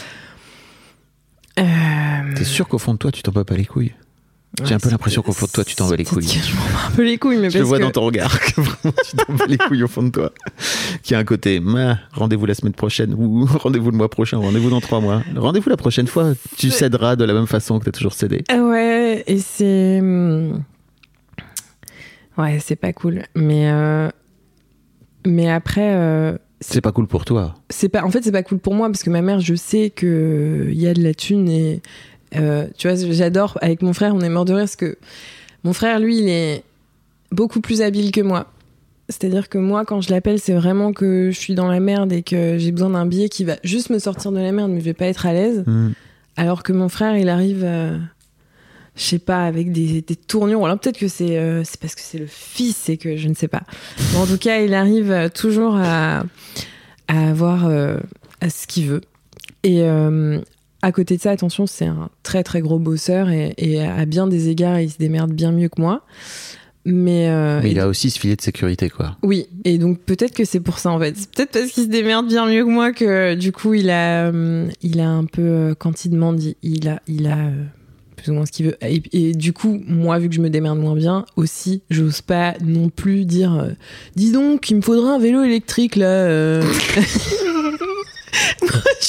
T'es sûr qu'au fond de toi, tu t'en bats pas les couilles? J'ai un peu l'impression qu'au fond de toi, tu t'en bats les couilles. Je m'en bats un peu les couilles, mais je le vois dans ton regard que vraiment tu t'en bats les couilles au fond de toi. Qui a un côté, rendez-vous la semaine prochaine, ou rendez-vous le mois prochain, rendez-vous dans 3 mois. Rendez-vous la prochaine fois, tu céderas de la même façon que t'as toujours cédé. Ouais, et c'est. Ouais, c'est pas cool. Mais après. C'est pas cool pour toi. En fait, c'est pas cool pour moi, parce que ma mère, je sais qu'il y a de la thune, et. Tu vois, j'adore, avec mon frère, on est mort de rire, parce que mon frère, lui, il est beaucoup plus habile que moi. C'est-à-dire que moi, quand je l'appelle, c'est vraiment que je suis dans la merde et que j'ai besoin d'un billet qui va juste me sortir de la merde, mais je vais pas être à l'aise. Alors que mon frère, il arrive, je sais pas, avec des tournures. Alors peut-être que c'est parce que c'est le fils et que je ne sais pas. Mais en tout cas, il arrive toujours à avoir à ce qu'il veut. Et à côté de ça, attention, c'est un très très gros bosseur, et à bien des égards, il se démerde bien mieux que moi. Mais il a aussi ce filet de sécurité, quoi. Oui, et donc peut-être que c'est pour ça en fait. C'est peut-être parce qu'il se démerde bien mieux que moi que du coup il a un peu quand il demande, il a plus ou moins ce qu'il veut. Et du coup, moi vu que je me démerde moins bien aussi, j'ose pas non plus dire dis donc, il me faudrait un vélo électrique là. Moi, je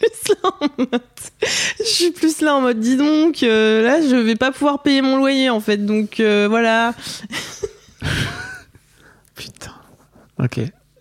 suis plus là en mode dis donc, là je vais pas pouvoir payer mon loyer en fait, donc voilà. Putain. Ok.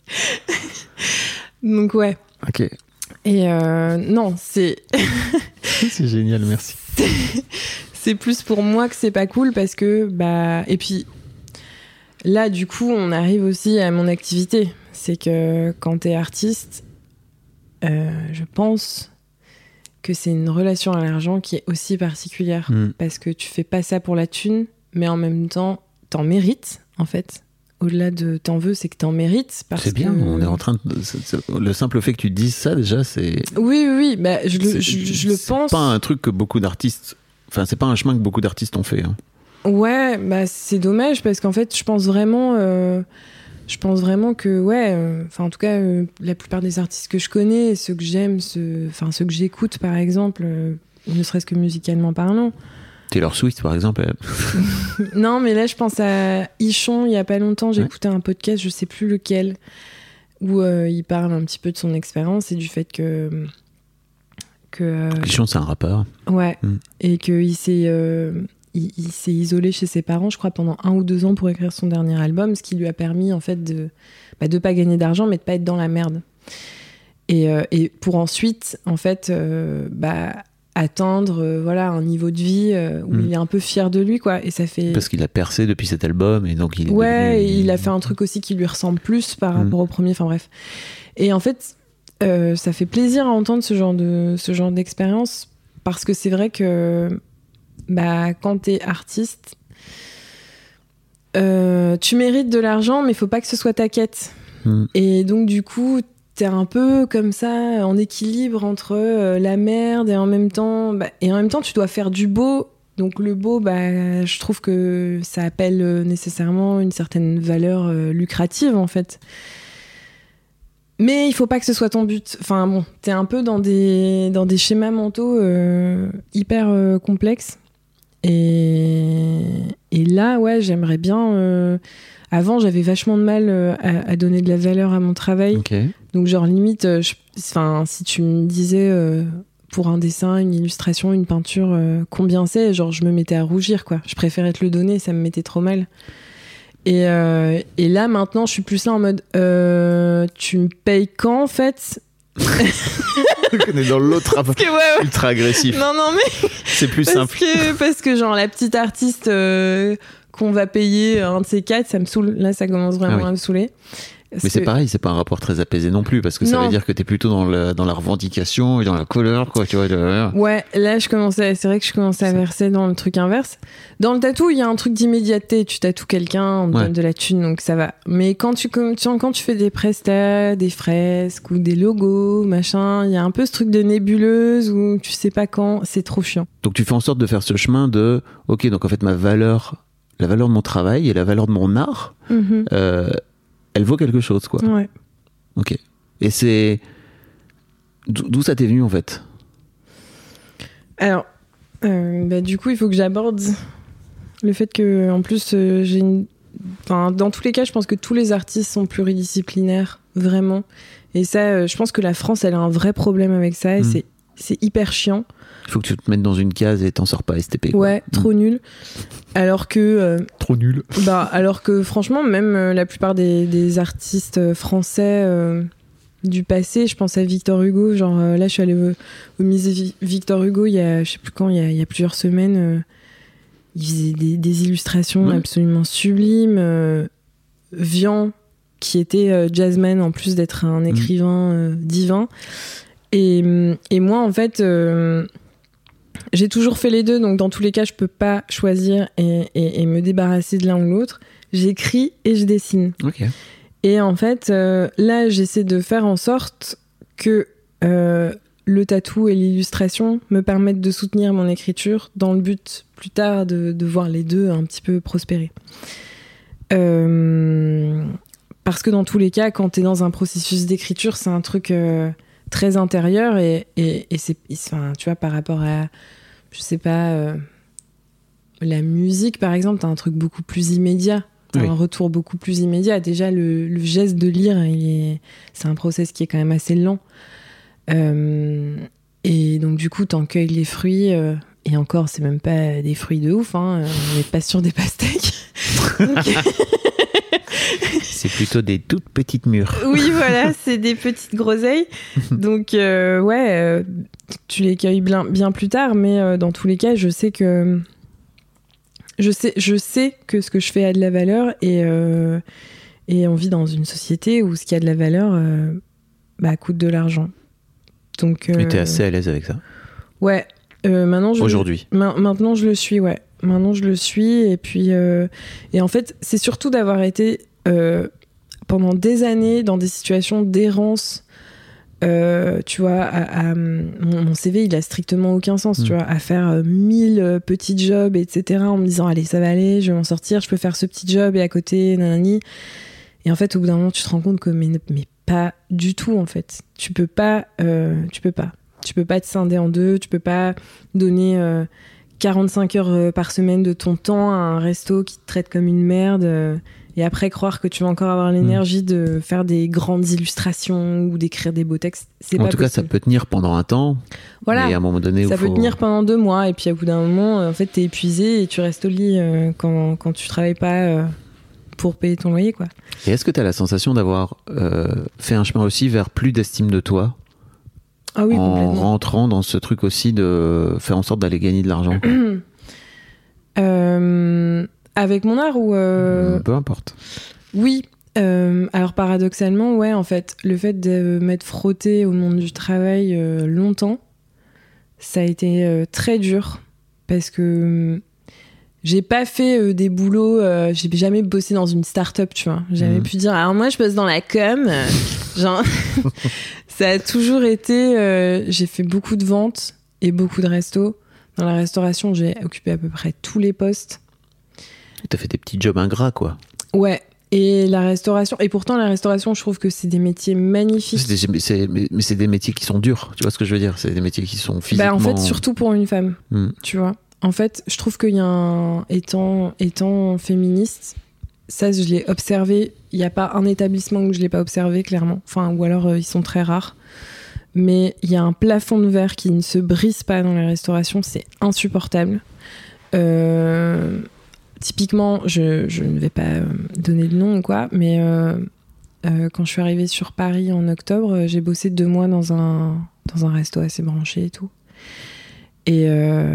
Donc ouais. Ok. Et non, c'est c'est génial, merci. C'est plus pour moi que c'est pas cool parce que et puis là du coup on arrive aussi à mon activité, c'est que quand t'es artiste, je pense que c'est une relation à l'argent qui est aussi particulière parce que tu fais pas ça pour la thune, mais en même temps t'en mérites en fait. Au-delà de t'en veux, c'est que t'en mérites. C'est bien, on est en train de... Le simple fait que tu dises ça, déjà, c'est... Oui, je le pense. C'est pas un truc que beaucoup d'artistes... Enfin, c'est pas un chemin que beaucoup d'artistes ont fait. Hein. Ouais, c'est dommage parce qu'en fait, je pense vraiment que, en tout cas, la plupart des artistes que je connais, ceux que j'aime, ceux que j'écoute, par exemple, ne serait-ce que musicalement parlant. Taylor Swift, par exemple. Non, mais là, je pense à Ichon. Il y a pas longtemps, j'ai écouté un podcast, je sais plus lequel, où il parle un petit peu de son expérience et du fait que Ichon, c'est un rappeur. Ouais. Et qu'il s'est isolé chez ses parents, je crois, pendant 1 ou 2 ans pour écrire son dernier album, ce qui lui a permis, en fait, de pas gagner d'argent, mais de pas être dans la merde. Et pour ensuite, en fait, atteindre un niveau de vie où il est un peu fier de lui, quoi. Et ça fait... Parce qu'il a percé depuis cet album et donc il est et il a fait un truc aussi qui lui ressemble plus par rapport au premier, enfin bref. Et en fait, ça fait plaisir à entendre ce genre d'expérience parce que c'est vrai que quand t'es artiste, tu mérites de l'argent mais faut pas que ce soit ta quête. Et donc du coup t'es un peu comme ça en équilibre entre la merde et en même temps tu dois faire du beau, donc le beau je trouve que ça appelle nécessairement une certaine valeur lucrative en fait, mais il faut pas que ce soit ton but. Enfin bon, t'es un peu dans des schémas mentaux hyper complexes et là j'aimerais bien avant, j'avais vachement de mal à donner de la valeur à mon travail. Okay. Donc, genre, limite, si tu me disais pour un dessin, une illustration, une peinture, combien c'est, genre, je me mettais à rougir, quoi. Je préférais te le donner, ça me mettait trop mal. Et là, maintenant, je suis plus là en mode tu me payes quand, en fait? On est dans l'autre ultra agressif. Non, mais. C'est plus simple. Parce que, genre, la petite artiste. Qu'on va payer un de ces 4, ça me saoule. Là, ça commence vraiment à me saouler. Mais c'est pareil, c'est pas un rapport très apaisé non plus, parce que ça veut dire que t'es plutôt dans la revendication et dans la colère, quoi, tu vois. Ouais, là, c'est vrai que je commençais à verser dans le truc inverse. Dans le tatou, il y a un truc d'immédiateté. Tu tatoues quelqu'un, on te donne de la thune, donc ça va. Mais quand tu fais des prestats, des fresques ou des logos, machin, il y a un peu ce truc de nébuleuse où tu sais pas quand, c'est trop chiant. Donc tu fais en sorte de faire ce chemin de, ok, donc en fait, la valeur de mon travail et la valeur de mon art, elle vaut quelque chose, quoi. Ouais. Ok. Et c'est... D'où ça t'est venu, en fait? Alors, du coup, il faut que j'aborde le fait que, en plus, dans tous les cas, je pense que tous les artistes sont pluridisciplinaires, vraiment. Et ça, je pense que la France, elle a un vrai problème avec ça, et c'est hyper chiant. Il faut que tu te mettes dans une case et t'en sors pas STP, quoi. Ouais, trop nul. Alors que... trop nul. Alors que franchement, même la plupart des artistes français du passé, je pense à Victor Hugo, genre là je suis allée au musée Victor Hugo il y a, je sais plus quand, il y a plusieurs semaines, il faisait des illustrations absolument sublimes. Vian, qui était jazzman en plus d'être un écrivain divin. Et moi en fait... j'ai toujours fait les deux, donc dans tous les cas, je peux pas choisir et me débarrasser de l'un ou l'autre. J'écris et je dessine. Okay. Et en fait, là, j'essaie de faire en sorte que le tatou et l'illustration me permettent de soutenir mon écriture dans le but plus tard de voir les deux un petit peu prospérer. Parce que dans tous les cas, quand t'es dans un processus d'écriture, c'est un truc très intérieur et c'est, enfin, tu vois, par rapport à, je sais pas, la musique par exemple, t'as un truc beaucoup plus immédiat, un retour beaucoup plus immédiat. Déjà, le geste de lire, c'est un process qui est quand même assez lent. Et donc du coup, t'en cueilles les fruits. Et encore, c'est même pas des fruits de ouf, hein. On n'est pas sur des pastèques. C'est plutôt des toutes petites mûres. Oui, voilà, c'est des petites groseilles. Donc, tu les cueilles bien plus tard, mais dans tous les cas, je sais que ce que je fais a de la valeur et on vit dans une société où ce qui a de la valeur coûte de l'argent. Donc, et t'es assez à l'aise avec ça? Ouais. Maintenant, aujourd'hui. Maintenant, je le suis, ouais. Maintenant, je le suis. Et puis, et en fait, c'est surtout d'avoir été pendant des années dans des situations d'errance. Tu vois, mon CV, il a strictement aucun sens, tu vois, à faire 1000 petits jobs, etc. En me disant, allez, ça va aller, je vais m'en sortir, je peux faire ce petit job et à côté, nanani. Et en fait, au bout d'un moment, tu te rends compte que, mais pas du tout, en fait. Tu peux pas te scinder en deux, tu peux pas donner 45 heures par semaine de ton temps à un resto qui te traite comme une merde et après croire que tu vas encore avoir l'énergie de faire des grandes illustrations ou d'écrire des beaux textes. C'est pas en tout cas, ça peut tenir pendant un temps. Voilà. Et à un moment donné, ça peut tenir pendant 2 mois et puis au bout d'un moment, en fait, t'es épuisé et tu restes au lit quand tu travailles pas pour payer ton loyer, quoi. Et est-ce que t'as la sensation d'avoir fait un chemin aussi vers plus d'estime de toi? Ah oui, en complètement. rentrant dans ce truc aussi de faire en sorte d'aller gagner de l'argent? Avec mon art ou peu importe. Oui. Alors paradoxalement, ouais, en fait, le fait de m'être frottée au monde du travail longtemps, ça a été très dur parce que j'ai pas fait des boulots, j'ai jamais bossé dans une start-up, tu vois. J'avais pu dire, alors moi je bosse dans la com, genre, ça a toujours été, j'ai fait beaucoup de ventes et beaucoup de restos. Dans la restauration, j'ai occupé à peu près tous les postes. T'as fait des petits jobs ingrats, quoi. Ouais. Et la restauration, et pourtant la restauration, je trouve que c'est des métiers magnifiques. Mais c'est des métiers qui sont durs, tu vois ce que je veux dire? C'est des métiers qui sont physiquement... En fait, surtout pour une femme, tu vois. En fait, je trouve qu'il y a étant féministe, ça je l'ai observé, il n'y a pas un établissement où je ne l'ai pas observé, clairement. Enfin, ou alors ils sont très rares. Mais il y a un plafond de verre qui ne se brise pas dans la restauration, c'est insupportable. Typiquement, je ne vais pas donner de nom ou quoi, mais quand je suis arrivée sur Paris en octobre, j'ai bossé 2 mois dans un resto assez branché et tout. Et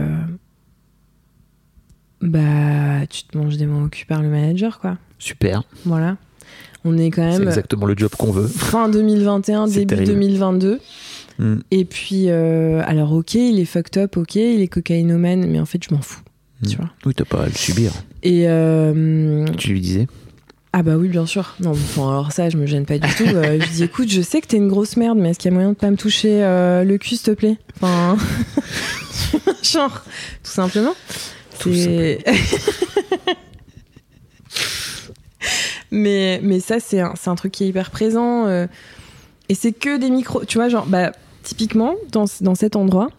tu te manges des mots au cul par le manager, quoi. Super. Voilà. On est quand même... C'est exactement le job qu'on veut. Fin 2021, début terrible. 2022. Et puis, alors ok, il est fucked up, ok, il est cocaïnomane, mais en fait, je m'en fous. Tu vois. Oui, t'as pas à le subir. Et tu lui disais? Ah bah oui, bien sûr. Non, alors ça, je me gêne pas du tout. Je dis, écoute, je sais que t'es une grosse merde, mais est-ce qu'il y a moyen de pas me toucher le cul, s'il te plaît? Enfin, genre, tout simplement. mais ça, c'est un truc qui est hyper présent. Et c'est que des micros. Tu vois, genre, typiquement, dans cet endroit,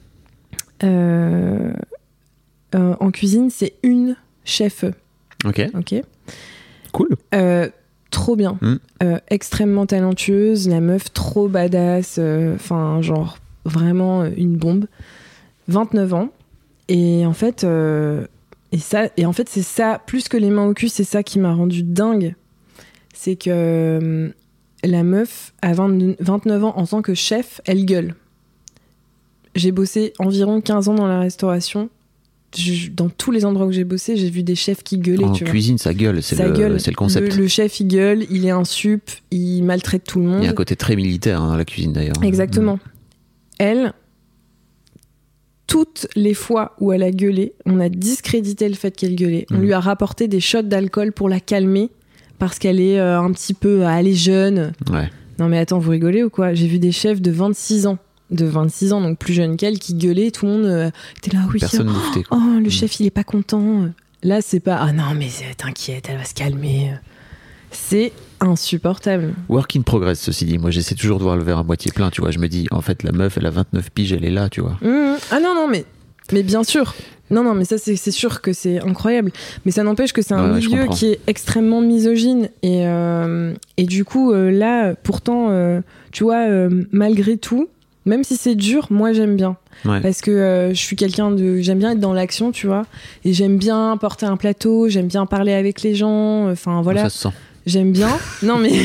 en cuisine, c'est une chef. Ok. Cool. Trop bien. Extrêmement talentueuse. La meuf trop badass. Enfin, genre, vraiment une bombe. 29 ans. Et en fait, c'est ça, plus que les mains au cul, c'est ça qui m'a rendue dingue. C'est que la meuf, à 29 ans, en tant que chef, elle gueule. J'ai bossé environ 15 ans dans la restauration. Dans tous les endroits où j'ai bossé, j'ai vu des chefs qui gueulaient. En cuisine, ça gueule, c'est le concept. Le chef, il gueule, il est un sup, il maltraite tout le monde. Il y a un côté très militaire dans la cuisine, d'ailleurs. Exactement. Elle, toutes les fois où elle a gueulé, on a discrédité le fait qu'elle gueulait. On lui a rapporté des shots d'alcool pour la calmer, parce qu'elle est un petit peu... elle est jeune. Ouais. Non mais attends, vous rigolez ou quoi? J'ai vu des chefs de 26 ans, donc plus jeune qu'elle, qui gueulaient, tout le monde était là, oui. Personne bouffait, quoi. Oh, le chef, il est pas content. Là, c'est pas ah non mais t'inquiète, elle va se calmer. C'est insupportable. Work in progress, ceci dit. Moi, j'essaie toujours de voir le verre à moitié plein, tu vois. Je me dis, en fait, la meuf, elle a 29 piges, elle est là, tu vois. Ah non, mais bien sûr. Non, mais ça, c'est sûr que c'est incroyable. Mais ça n'empêche que c'est un milieu qui est extrêmement misogyne. Et du coup, là, pourtant, tu vois, malgré tout, même si c'est dur, moi, j'aime bien. Ouais. Parce que je suis quelqu'un de... J'aime bien être dans l'action, tu vois. Et j'aime bien porter un plateau, j'aime bien parler avec les gens. Enfin, voilà. Ça se sent. J'aime bien. Non, mais...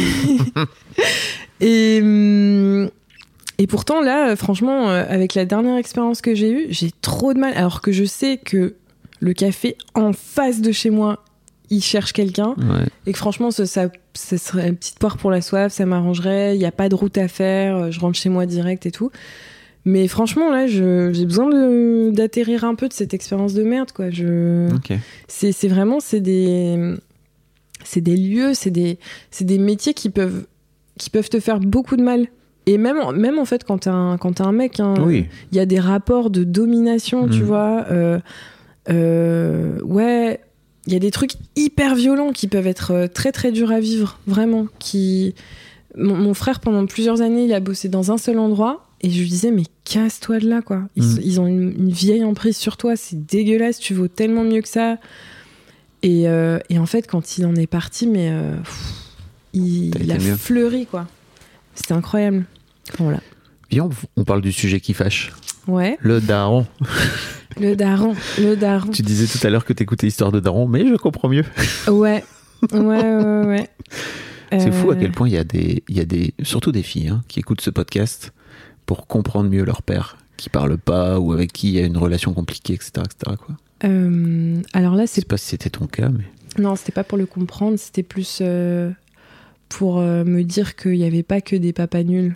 Et pourtant, là, franchement, avec la dernière expérience que j'ai eue, j'ai trop de mal. Alors que je sais que le café en face de chez moi, il cherche quelqu'un. Ouais. Et que franchement, ça serait une petite poire pour la soif, ça m'arrangerait. Il n'y a pas de route à faire. Je rentre chez moi direct et tout. Mais franchement, là, j'ai besoin d'atterrir un peu de cette expérience de merde, quoi. Okay. C'est vraiment... C'est des lieux, c'est des métiers qui peuvent te faire beaucoup de mal. Et même en fait, quand t'es un mec, il y a des rapports de domination, tu vois. Ouais, il y a des trucs hyper violents qui peuvent être très très durs à vivre, vraiment. Mon frère, pendant plusieurs années, il a bossé dans un seul endroit. Et je lui disais, mais casse-toi de là, quoi. Ils ont une vieille emprise sur toi, c'est dégueulasse, tu vaux tellement mieux que ça. Et en fait, quand il en est parti, mais il a fleuri, quoi. C'était incroyable. Voilà. Viens, on parle du sujet qui fâche. Ouais. Le daron. Le daron. Tu disais tout à l'heure que t'écoutais Histoire de daron, mais je comprends mieux. Ouais. C'est fou à quel point il y a des surtout des filles qui écoutent ce podcast pour comprendre mieux leur père, qui parle pas ou avec qui il y a une relation compliquée, etc. quoi. Alors là, je sais pas si c'était ton cas, mais... Non, c'était pas pour le comprendre, c'était plus pour me dire qu'il n'y avait pas que des papas nuls.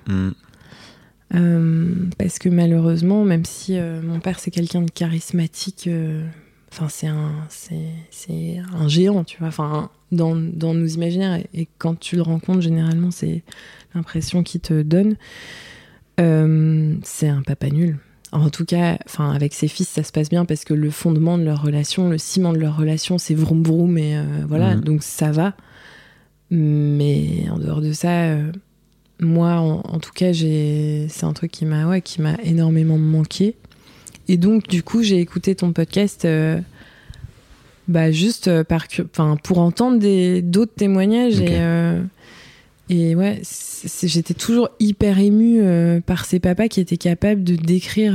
Parce que malheureusement, même si mon père c'est quelqu'un de charismatique, c'est un géant, tu vois, enfin, dans nos imaginaires, et quand tu le rencontres, généralement, c'est l'impression qu'il te donne. C'est un papa nul. En tout cas, avec ses fils, ça se passe bien parce que le fondement de leur relation, le ciment de leur relation, c'est vroom vroom, et voilà, donc ça va. Mais en dehors de ça, moi, en tout cas, c'est un truc qui m'a énormément manqué. Et donc, du coup, j'ai écouté ton podcast juste pour entendre d'autres témoignages. Okay. Et ouais, j'étais toujours hyper émue par ces papas qui étaient capables de décrire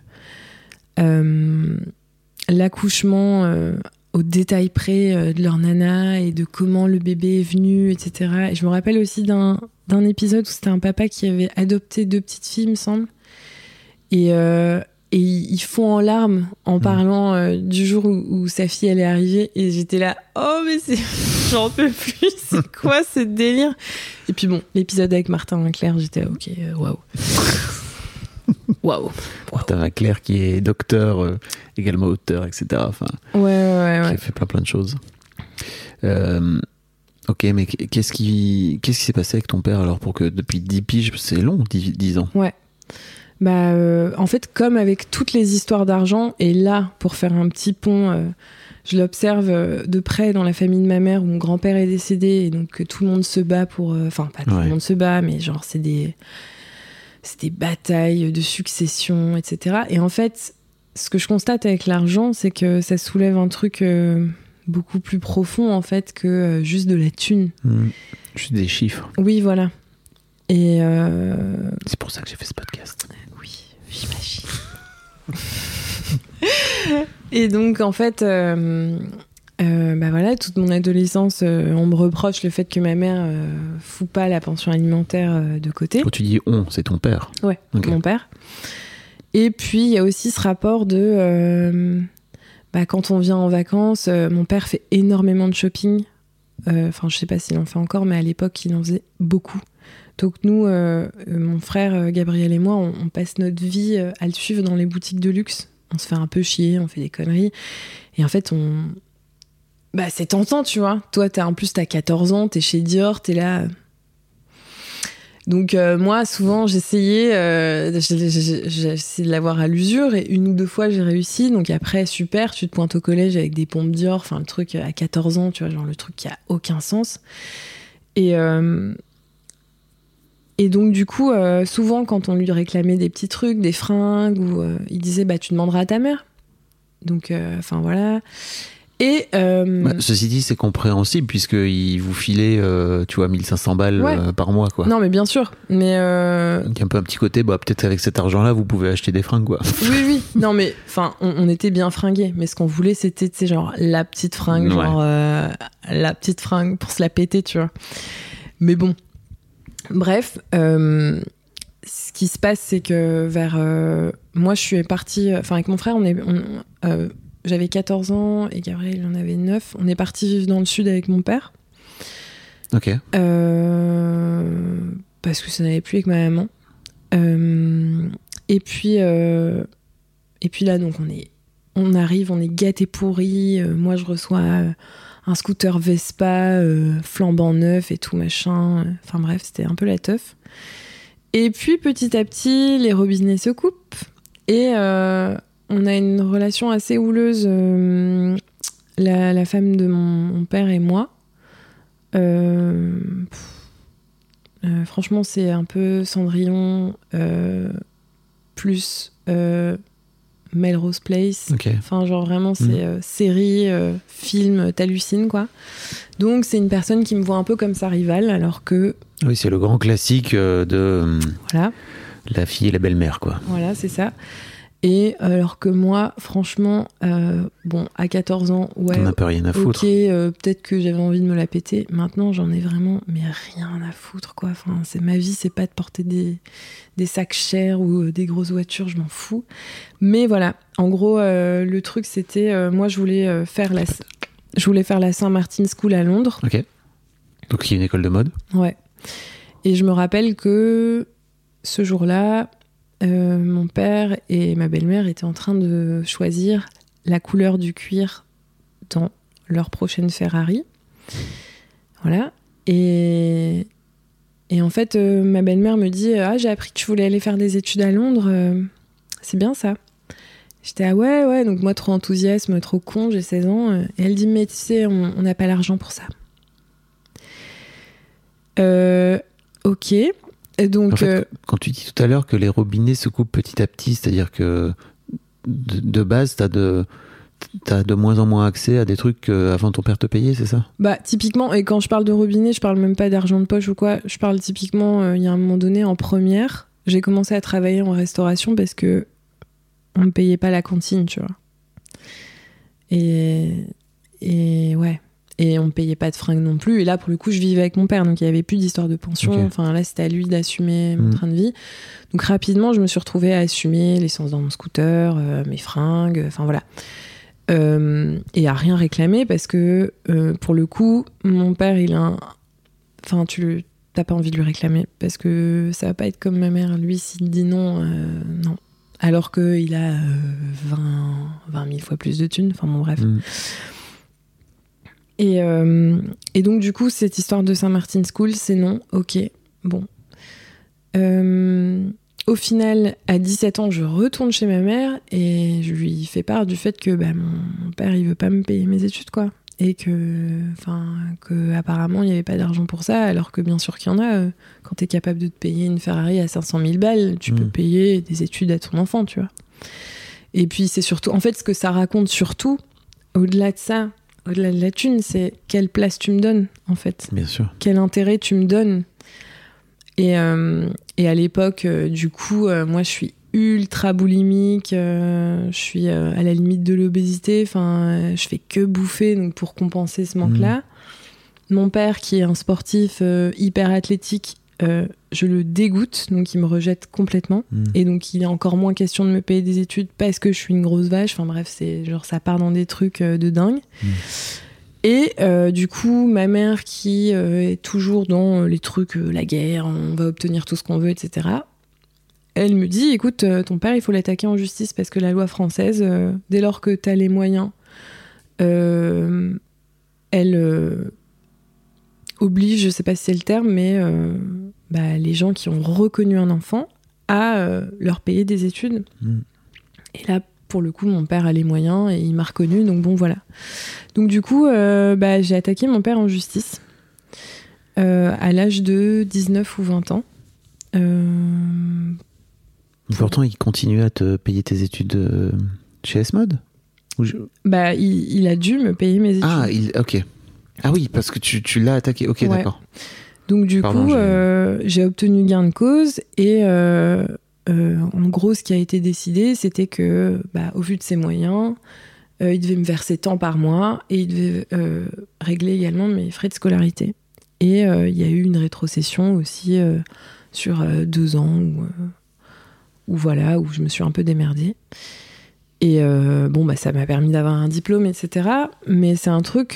l'accouchement au détail près de leur nana et de comment le bébé est venu, etc. Et je me rappelle aussi d'un épisode où c'était un papa qui avait adopté 2 petites filles, me semble. Et ils font en larmes en parlant du jour où sa fille elle est arrivée, et j'étais là, oh mais j'en peux plus, c'est quoi ce délire. Et puis bon, l'épisode avec Martin Winkler, j'étais ok, waouh. Martin Winkler qui est docteur, également auteur, etc. Ouais. Qui a fait plein de choses. Ok, mais qu'est-ce qui s'est passé avec ton père alors, pour que depuis 10 piges, c'est long, 10 ans. Ouais. En fait, comme avec toutes les histoires d'argent, et là, pour faire un petit pont, je l'observe de près dans la famille de ma mère où mon grand-père est décédé, et donc tout le monde se bat pour... pas tout le monde se bat, mais genre c'est des batailles de succession, etc. Et en fait, ce que je constate avec l'argent, c'est que ça soulève un truc beaucoup plus profond, en fait, que juste de la thune. Juste des chiffres. Oui, voilà. Et c'est pour ça que j'ai fait ce podcast. Oui, j'imagine. Et donc, en fait, voilà, toute mon adolescence, on me reproche le fait que ma mère fout pas la pension alimentaire de côté. Quand tu dis on, c'est ton père. Ouais, okay. Mon père. Et puis, il y a aussi ce rapport de... quand on vient en vacances, mon père fait énormément de shopping. Je sais pas s'il en fait encore, mais à l'époque, il en faisait beaucoup. Donc nous, mon frère Gabriel et moi, on passe notre vie à le suivre dans les boutiques de luxe. On se fait un peu chier, on fait des conneries. Et en fait, c'est tentant, tu vois. Toi, t'as 14 ans, t'es chez Dior, t'es là... Donc moi, souvent, j'essayais de l'avoir à l'usure et 1 ou 2 fois, j'ai réussi. Donc après, super, tu te pointes au collège avec des pompes Dior, enfin le truc à 14 ans, tu vois, genre le truc qui a aucun sens. Et donc du coup, souvent, quand on lui réclamait des petits trucs, des fringues, ou il disait, bah tu demanderas à ta mère. Donc, enfin voilà. Et ceci dit, c'est compréhensible puisqu'il vous filait, tu vois, 1500 balles par mois, quoi. Non, mais bien sûr. Mais il y a un peu un petit côté, bah peut-être avec cet argent-là, vous pouvez acheter des fringues, quoi. Oui. Non, mais enfin, on était bien fringués. Mais ce qu'on voulait, c'était, tu sais, genre la petite fringue, genre la petite fringue pour se la péter, tu vois. Mais bon, bref. Ce qui se passe, c'est que vers moi, je suis partie. Enfin, avec mon frère, j'avais 14 ans et Gabriel il en avait 9. On est parti vivre dans le sud avec mon père. Ok. Parce que ça n'allait plus avec ma maman. Et puis là, donc on arrive, on est gâtés pourris. Moi, je reçois un scooter Vespa flambant neuf et tout machin. Enfin bref, c'était un peu la teuf. Et puis petit à petit, les robinets se coupent et on a une relation assez houleuse, la femme de mon père et moi. Franchement, c'est un peu Cendrillon plus Melrose Place. Okay. Enfin, genre vraiment, c'est série, film, t'hallucines, quoi. Donc, c'est une personne qui me voit un peu comme sa rivale, alors que... Oui, c'est le grand classique de voilà. La fille et la belle-mère, quoi. Voilà, c'est ça. Et alors que moi, franchement, bon, à 14 ans, ouais, t'en as pas rien à foutre. Ok, peut-être que j'avais envie de me la péter. Maintenant, j'en ai vraiment, mais rien à foutre, quoi. Enfin, c'est ma vie, c'est pas de porter des sacs chers ou des grosses voitures, je m'en fous. Mais voilà, en gros, le truc, c'était, moi, je voulais faire la St. Martin's School à Londres. Ok. Donc, il y a une école de mode. Ouais. Et je me rappelle que ce jour-là, mon père et ma belle-mère étaient en train de choisir la couleur du cuir dans leur prochaine Ferrari. Voilà. Et en fait, ma belle-mère me dit « Ah, j'ai appris que tu voulais aller faire des études à Londres. C'est bien ça. » J'étais « Ah ouais. » Donc moi, trop enthousiasme, trop con, j'ai 16 ans. Et elle dit « Mais tu sais, on n'a pas l'argent pour ça. » Ok. Donc, en fait, quand tu dis tout à l'heure que les robinets se coupent petit à petit, c'est-à-dire que de base, t'as de moins en moins accès à des trucs qu'avant ton père te payait, c'est ça ? Bah, typiquement, et quand je parle de robinet, je parle même pas d'argent de poche ou quoi, je parle typiquement, il y a un moment donné, en première, j'ai commencé à travailler en restauration parce que on me payait pas la cantine, tu vois. Et ouais. Et on me payait pas de fringues non plus. Et là, pour le coup, je vivais avec mon père. Donc, il y avait plus d'histoire de pension. Okay. Enfin, là, c'était à lui d'assumer mon train de vie. Donc, rapidement, je me suis retrouvée à assumer l'essence dans mon scooter, mes fringues. Enfin, voilà. Et à rien réclamer parce que, pour le coup, mon père, il a Enfin, t'as pas envie de lui réclamer parce que ça va pas être comme ma mère. Lui, s'il dit non, non. Alors qu'il a 20 000 fois plus de thunes. Enfin, bon, bref. Et donc, du coup, cette histoire de St. Martin's School, c'est non. Ok, bon. Au final, à 17 ans, je retourne chez ma mère et je lui fais part du fait que mon père, il veut pas me payer mes études, quoi. Et que apparemment, il n'y avait pas d'argent pour ça, alors que bien sûr qu'il y en a. Quand t'es capable de te payer une Ferrari à 500 000 balles, tu peux payer des études à ton enfant, tu vois. Et puis, c'est surtout... En fait, ce que ça raconte surtout, au-delà de ça, au-delà de la thune, c'est quelle place tu me donnes, en fait. Bien sûr. Quel intérêt tu me donnes. Et à l'époque, du coup, moi, je suis ultra boulimique. Je suis à la limite de l'obésité. Enfin, je fais que bouffer donc pour compenser ce manque-là. Mon père, qui est un sportif hyper athlétique, je le dégoûte. Donc, il me rejette complètement. Et donc, il est encore moins question de me payer des études parce que je suis une grosse vache. Enfin, bref, c'est genre, ça part dans des trucs de dingue. Et du coup, ma mère qui est toujours dans les trucs, la guerre, on va obtenir tout ce qu'on veut, etc. Elle me dit, écoute, ton père, il faut l'attaquer en justice parce que la loi française, dès lors que t'as les moyens, elle oblige, je sais pas si c'est le terme, mais les gens qui ont reconnu un enfant à leur payer des études. Et là, pour le coup, mon père a les moyens et il m'a reconnu, donc bon, voilà. Donc du coup, j'ai attaqué mon père en justice à l'âge de 19 ou 20 ans. Pourtant, il continue à te payer tes études chez S-Mode ? Il a dû me payer mes études. Ok. Ah oui, parce que tu l'as attaqué. Ok, d'accord. Donc du coup, j'ai obtenu gain de cause et en gros, ce qui a été décidé, c'était que, au vu de ses moyens, il devait me verser tant par mois et il devait régler également mes frais de scolarité. Et il y a eu une rétrocession aussi sur 2 ans où je me suis un peu démerdée. Et ça m'a permis d'avoir un diplôme, etc. Mais c'est un truc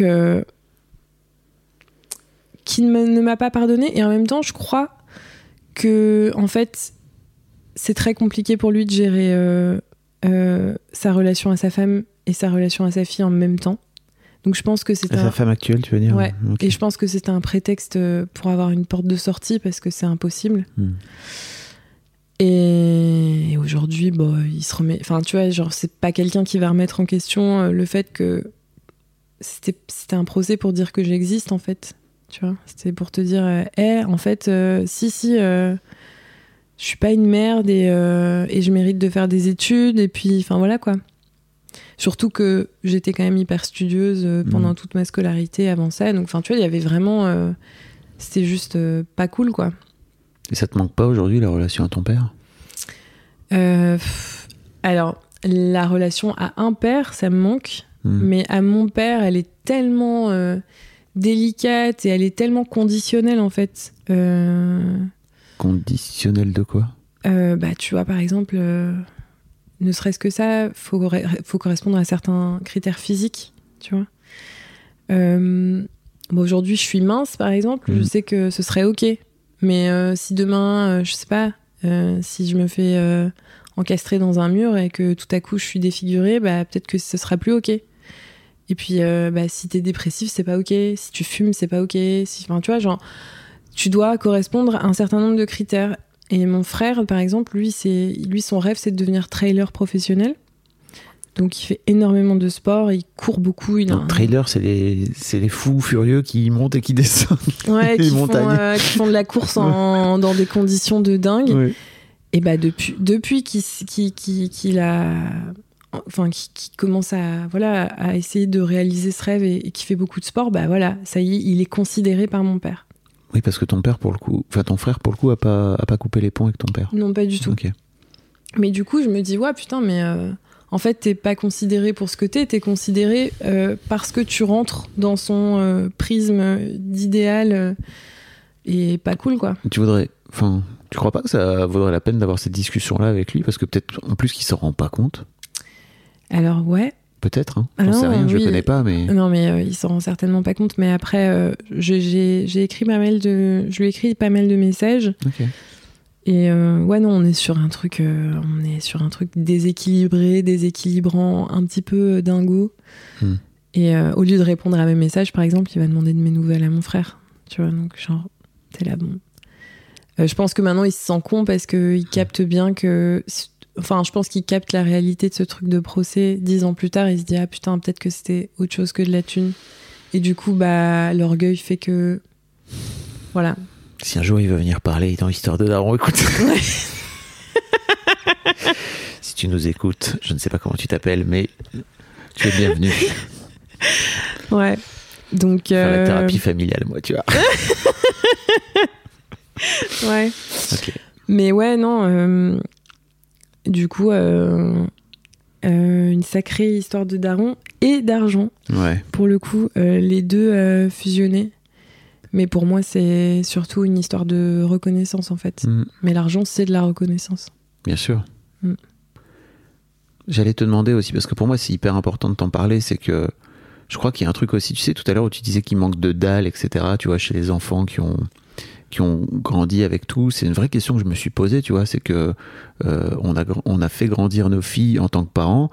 qui ne m'a pas pardonné. Et en même temps, je crois que, en fait, c'est très compliqué pour lui de gérer sa relation à sa femme et sa relation à sa fille en même temps. Donc je pense que c'était sa femme actuelle, tu veux dire ? Ouais. Okay. Et je pense que c'était un prétexte pour avoir une porte de sortie parce que c'est impossible. Et aujourd'hui, il se remet. Enfin, tu vois, genre, c'est pas quelqu'un qui va remettre en question le fait que c'était un procès pour dire que j'existe, en fait. Tu vois, c'était pour te dire, en fait, je suis pas une merde et je mérite de faire des études. Et puis, enfin, voilà, quoi. Surtout que j'étais quand même hyper studieuse pendant toute ma scolarité avant ça. Donc, enfin, tu vois, il y avait vraiment... c'était juste pas cool, quoi. Et ça te manque pas aujourd'hui, la relation à ton père ? Alors, la relation à un père, ça me manque. Mais à mon père, elle est tellement délicate et elle est tellement conditionnelle, en fait. Conditionnelle de quoi ? Tu vois, par exemple... ne serait-ce que ça, faut correspondre à certains critères physiques, tu vois. Aujourd'hui, je suis mince, par exemple, je sais que ce serait ok. Mais si demain, je sais pas, si je me fais encastrer dans un mur et que tout à coup je suis défigurée, peut-être que ce sera plus ok. Et puis, si t'es dépressif, c'est pas ok. Si tu fumes, c'est pas ok. Tu vois, genre, tu dois correspondre à un certain nombre de critères. Et mon frère, par exemple, lui, son rêve, c'est de devenir trailer professionnel. Donc, il fait énormément de sport, il court beaucoup. Trailer, c'est les fous furieux qui montent et qui descendent les montagnes. Qui font de la course dans des conditions de dingue. Oui. Et depuis qu'il commence à essayer de réaliser ce rêve et qui fait beaucoup de sport, ça y est, il est considéré par mon père. Oui, parce que ton frère, pour le coup, a pas coupé les ponts avec ton père. Non, pas du tout. Okay. Mais du coup, je me dis, en fait, t'es pas considéré pour ce que t'es considéré parce que tu rentres dans son prisme d'idéal et pas cool, quoi. Tu crois pas que ça vaudrait la peine d'avoir cette discussion-là avec lui, parce que peut-être, en plus, qu'il s'en rend pas compte ? Alors, ouais. Peut-être, hein. J'en sais rien, je le connais pas, mais... Non, mais il s'en rend certainement pas compte. Mais après, j'ai écrit pas mal je lui ai écrit pas mal de messages. Ok. Et on est sur un truc déséquilibrant, un petit peu dingo. Et au lieu de répondre à mes messages, par exemple, il va demander de mes nouvelles à mon frère. Tu vois, donc genre, t'es là, bon. Je pense que maintenant, il se sent con parce qu'il capte bien que... Enfin, je pense qu'il capte la réalité de ce truc de procès. 10 ans plus tard, il se dit « Ah putain, peut-être que c'était autre chose que de la thune. » Et du coup, l'orgueil fait que... Voilà. Si un jour il veut venir parler dans l'histoire de Daron, écoute. Ouais. Si tu nous écoutes, je ne sais pas comment tu t'appelles, mais tu es bienvenu. Ouais. Donc... Faire la thérapie familiale, moi, tu vois. Ouais. Ok. Mais ouais, non... Du coup, une sacrée histoire de daron et d'argent. Ouais. Pour le coup, les deux fusionnés. Mais pour moi, c'est surtout une histoire de reconnaissance, en fait. Mais l'argent, c'est de la reconnaissance. Bien sûr. J'allais te demander aussi, parce que pour moi, c'est hyper important de t'en parler, c'est que je crois qu'il y a un truc aussi, tu sais, tout à l'heure où tu disais qu'il manque de dalle, etc., tu vois, chez les enfants qui ont grandi avec tout. C'est une vraie question que je me suis posée, tu vois, c'est que on a fait grandir nos filles en tant que parents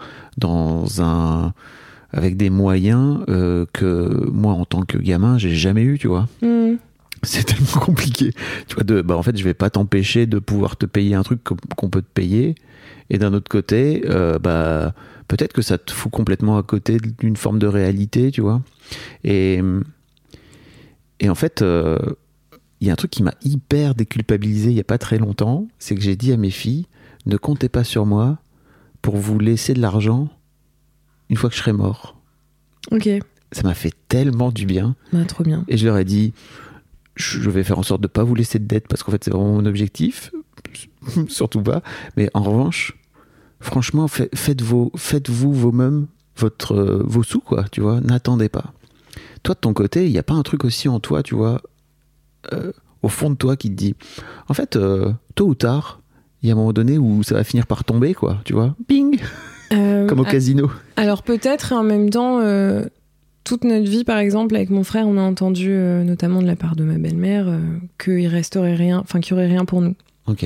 avec des moyens que moi, en tant que gamin, j'ai jamais eu, tu vois. c'est tellement compliqué. Tu vois, en fait, je vais pas t'empêcher de pouvoir te payer un truc qu'on peut te payer. Et d'un autre côté, peut-être que ça te fout complètement à côté d'une forme de réalité, tu vois. Et en fait, il y a un truc qui m'a hyper déculpabilisé il y a pas très longtemps, c'est que j'ai dit à mes filles, ne comptez pas sur moi pour vous laisser de l'argent une fois que je serai mort. Ok. Ça m'a fait tellement du bien. Bah, trop bien. Et je leur ai dit, je vais faire en sorte de pas vous laisser de dette parce qu'en fait c'est vraiment mon objectif, surtout pas. Mais en revanche, franchement, faites-vous vous-même vos sous, quoi, tu vois. N'attendez pas. Toi de ton côté, il y a pas un truc aussi en toi, tu vois, au fond de toi qui te dit, en fait, tôt ou tard, il y a un moment donné où ça va finir par tomber, quoi, tu vois. Bing. Comme au casino. Alors peut-être, et en même temps, toute notre vie, par exemple, avec mon frère, on a entendu, notamment de la part de ma belle-mère, qu'il resterait rien, enfin qu'il y aurait rien pour nous. Ok.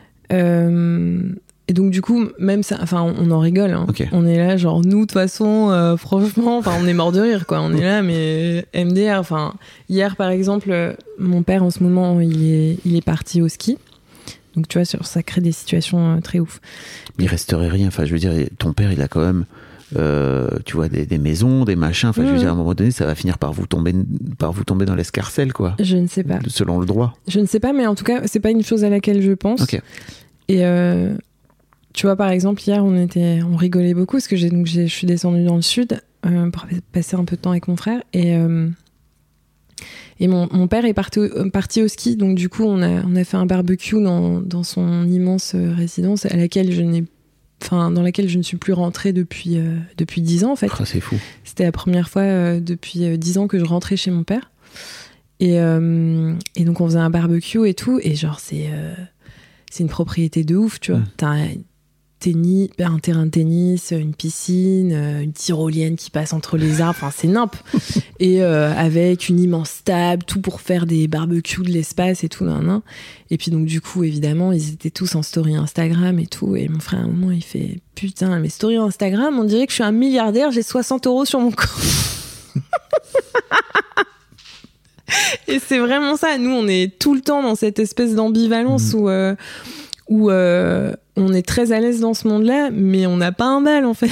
Et donc du coup, même ça, enfin on en rigole. Hein. Okay. On est là, genre nous, de toute façon, franchement, enfin on est mort de rire, quoi. On est là, mais MDR. Enfin hier, par exemple, mon père en ce moment, il est parti au ski. Donc tu vois, ça crée des situations très ouf. Il resterait rien. Enfin, je veux dire, ton père, il a quand même, tu vois, des maisons, des machins. Enfin, je veux dire, à un moment donné, ça va finir par vous tomber dans l'escarcelle, quoi. Je ne sais pas. Selon le droit. Je ne sais pas, mais en tout cas, c'est pas une chose à laquelle je pense. Ok. Et tu vois, par exemple, hier, on rigolait beaucoup parce que je suis descendue dans le sud pour passer un peu de temps avec mon frère et mon père est parti au ski, donc du coup on a fait un barbecue dans son immense résidence dans laquelle je ne suis plus rentrée depuis 10 ans en fait. Oh, c'est fou. C'était la première fois depuis 10 ans que je rentrais chez mon père et donc on faisait un barbecue et tout, et genre c'est une propriété de ouf, tu vois. T'as un terrain de tennis, une piscine, une tyrolienne qui passe entre les arbres, enfin c'est nimp. Et avec une immense table, tout pour faire des barbecues de l'espace et tout, nan. Et puis donc du coup, évidemment, ils étaient tous en story Instagram et tout. Et mon frère, à un moment, il fait « Putain, mes stories Instagram, on dirait que je suis un milliardaire, j'ai 60 € sur mon compte. » Et c'est vraiment ça. Nous, on est tout le temps dans cette espèce d'ambivalence où on est très à l'aise dans ce monde-là, mais on n'a pas un bal, en fait.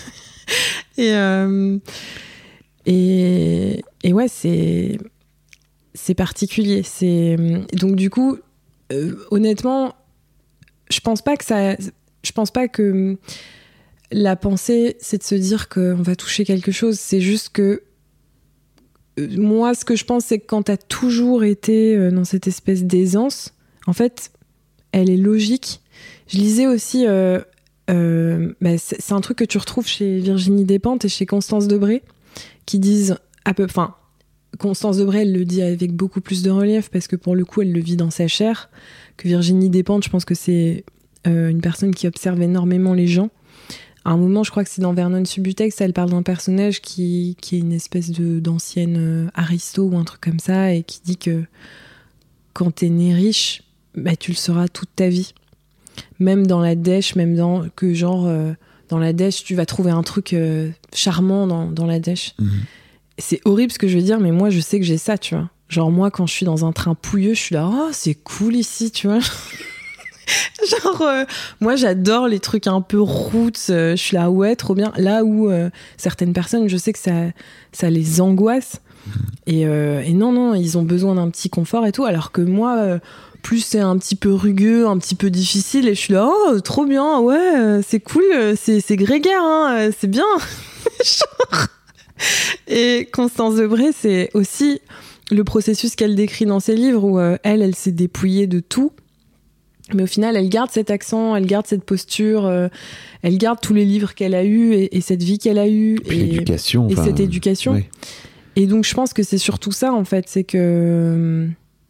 Et ouais, c'est particulier. Donc du coup, honnêtement, je pense pas que la pensée, c'est de se dire qu'on va toucher quelque chose. C'est juste que moi, ce que je pense, c'est que quand t'as toujours été dans cette espèce d'aisance, en fait, elle est logique. Je lisais aussi, c'est un truc que tu retrouves chez Virginie Despentes et chez Constance Debré, qui disent Constance Debré, elle le dit avec beaucoup plus de relief parce que pour le coup, elle le vit dans sa chair. Que Virginie Despentes, je pense que c'est une personne qui observe énormément les gens. À un moment, je crois que c'est dans Vernon Subutex, elle parle d'un personnage qui est une espèce d'ancienne aristo ou un truc comme ça, et qui dit que quand t'es né riche, tu le seras toute ta vie. Même dans la dèche, dans la dèche, tu vas trouver un truc charmant dans la dèche. C'est horrible ce que je veux dire, mais moi, je sais que j'ai ça, tu vois. Genre, moi, quand je suis dans un train pouilleux, je suis là, oh, c'est cool ici, tu vois. Moi, j'adore les trucs un peu roots. Je suis là, ouais, trop bien. Là où certaines personnes, je sais que ça les angoisse. Et non, ils ont besoin d'un petit confort et tout, alors que moi... plus c'est un petit peu rugueux, un petit peu difficile, et je suis là, oh, trop bien, ouais, c'est cool, c'est grégaire, hein, c'est bien. Et Constance Debré, c'est aussi le processus qu'elle décrit dans ses livres, où elle s'est dépouillée de tout, mais au final, elle garde cet accent, elle garde cette posture, elle garde tous les livres qu'elle a eus, et cette vie qu'elle a eue, et cette éducation. Oui. Et donc, je pense que c'est surtout ça, en fait, c'est que...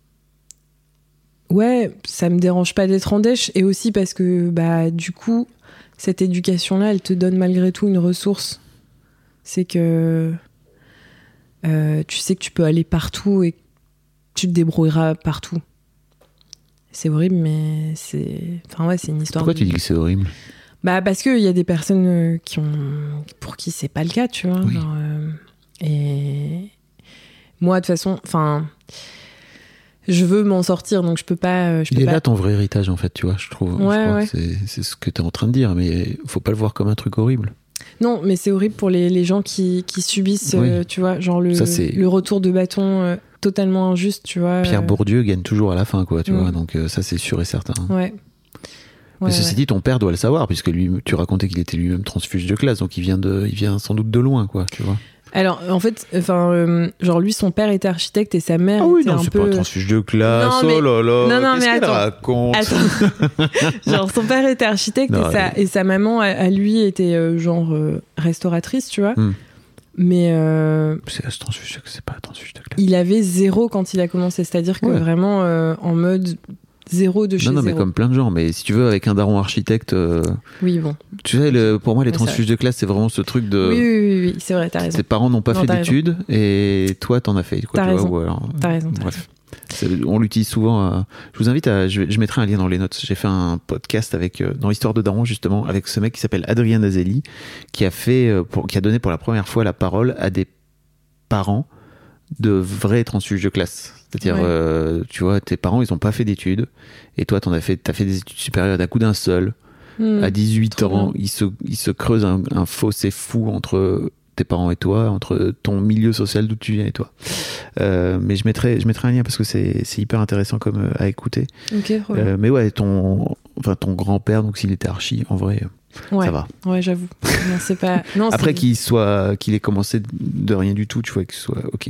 Ouais, ça me dérange pas d'être en dèche, et aussi parce que du coup cette éducation-là, elle te donne malgré tout une ressource. C'est que tu sais que tu peux aller partout et tu te débrouilleras partout. C'est horrible, mais c'est une histoire. Pourquoi tu dis que c'est horrible ? Parce qu'il y a des personnes pour qui c'est pas le cas, tu vois. Oui. Et moi, de toute façon, je veux m'en sortir, donc je peux pas. Il est là ton vrai héritage, en fait, tu vois, je trouve. Ouais, je crois ouais. que c'est ce que t'es en train de dire, mais faut pas le voir comme un truc horrible. Non, mais c'est horrible pour les gens qui subissent, Oui. tu vois, genre le retour de bâton totalement injuste, tu vois. Pierre Bourdieu gagne toujours à la fin, quoi, tu Mm. vois, donc ça, c'est sûr et certain. Ouais. Mais ceci dit, ton père doit le savoir, puisque lui, tu racontais qu'il était lui-même transfuge de classe, donc il vient sans doute de loin, quoi, tu vois. Alors, en fait, genre lui, son père était architecte et sa mère Ah oui, était non, un c'est peu. pas un transfuge de classe, Non, mais- oh là là, Non, mais qu'est-ce qu'elle attends. raconte Genre, son père était architecte Non, et sa maman, à lui, était restauratrice, tu vois. Hmm. Mais C'est pas un transfuge de classe. il avait 0 quand il a commencé, c'est-à-dire que Ouais. vraiment en mode 0 de chez Non, mais 0. comme plein de gens, mais si tu veux, avec un daron architecte, Oui, bon. tu sais, pour moi, les Ouais, transfuges de classe, c'est vraiment ce truc de. Oui, c'est vrai, t'as raison. Tes parents n'ont pas Non, fait t'as raison. d'études et toi, t'en as fait, quoi, T'as tu vois, raison. ou alors, T'as raison. bref. On l'utilise souvent. Je vous invite à. Je mettrai un lien dans les notes. J'ai fait un podcast dans l'histoire de Daron, justement, avec ce mec qui s'appelle Adrien Azelli, qui a donné pour la première fois la parole à des parents de vrais transfuges de classe. C'est-à-dire, tu vois, tes parents, ils n'ont pas fait d'études, et toi, t'as fait des études supérieures d'un coup d'un seul. À 18 trop ans, bien. il se creuse un fossé fou entre tes parents et toi, entre ton milieu social d'où tu viens et toi. Mais je mettrai un lien parce que c'est hyper intéressant comme à écouter. Ok, trop bien. Mais ouais, ton grand-père, donc s'il était archi, en vrai, Ouais. ça va. Ouais, j'avoue. Non, c'est pas. Non, Après c'est- qu'il ait commencé de rien du tout, tu vois, qu'il soit ok.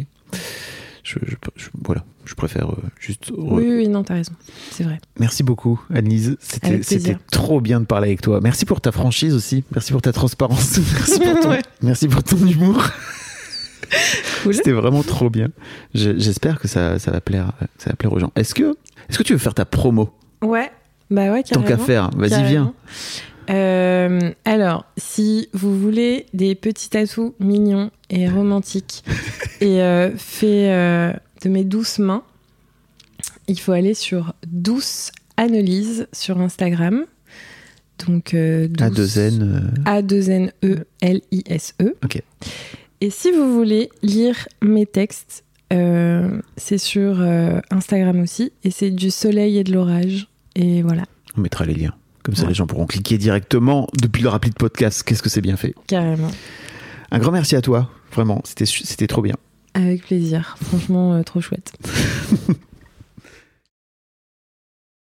Voilà, je préfère juste. Oui, non, t'as raison. C'est vrai. Merci beaucoup, Annelise. Avec plaisir. C'était trop bien de parler avec toi. Merci pour ta franchise aussi. Merci pour ta transparence. Ouais. Merci pour ton humour. Cool. C'était vraiment trop bien. J'espère que ça va plaire aux gens. Est-ce que tu veux faire ta promo? Ouais. Bah ouais, Tant carrément. qu'à faire, vas-y, viens. Alors, si vous voulez des petits tatous mignons et romantiques et faits de mes douces mains, il faut aller sur Douce Annelise sur Instagram. Donc, A2N. A2NELISE. Ok. Et si vous voulez lire mes textes, c'est sur Instagram aussi. Et c'est du soleil et de l'orage. Et voilà, On mettra les liens. Comme ça, Ouais. les gens pourront cliquer directement depuis leur appli de podcast. Qu'est-ce que c'est bien fait. carrément. Un grand merci à toi. Vraiment, c'était trop bien. Avec plaisir. Franchement, trop chouette.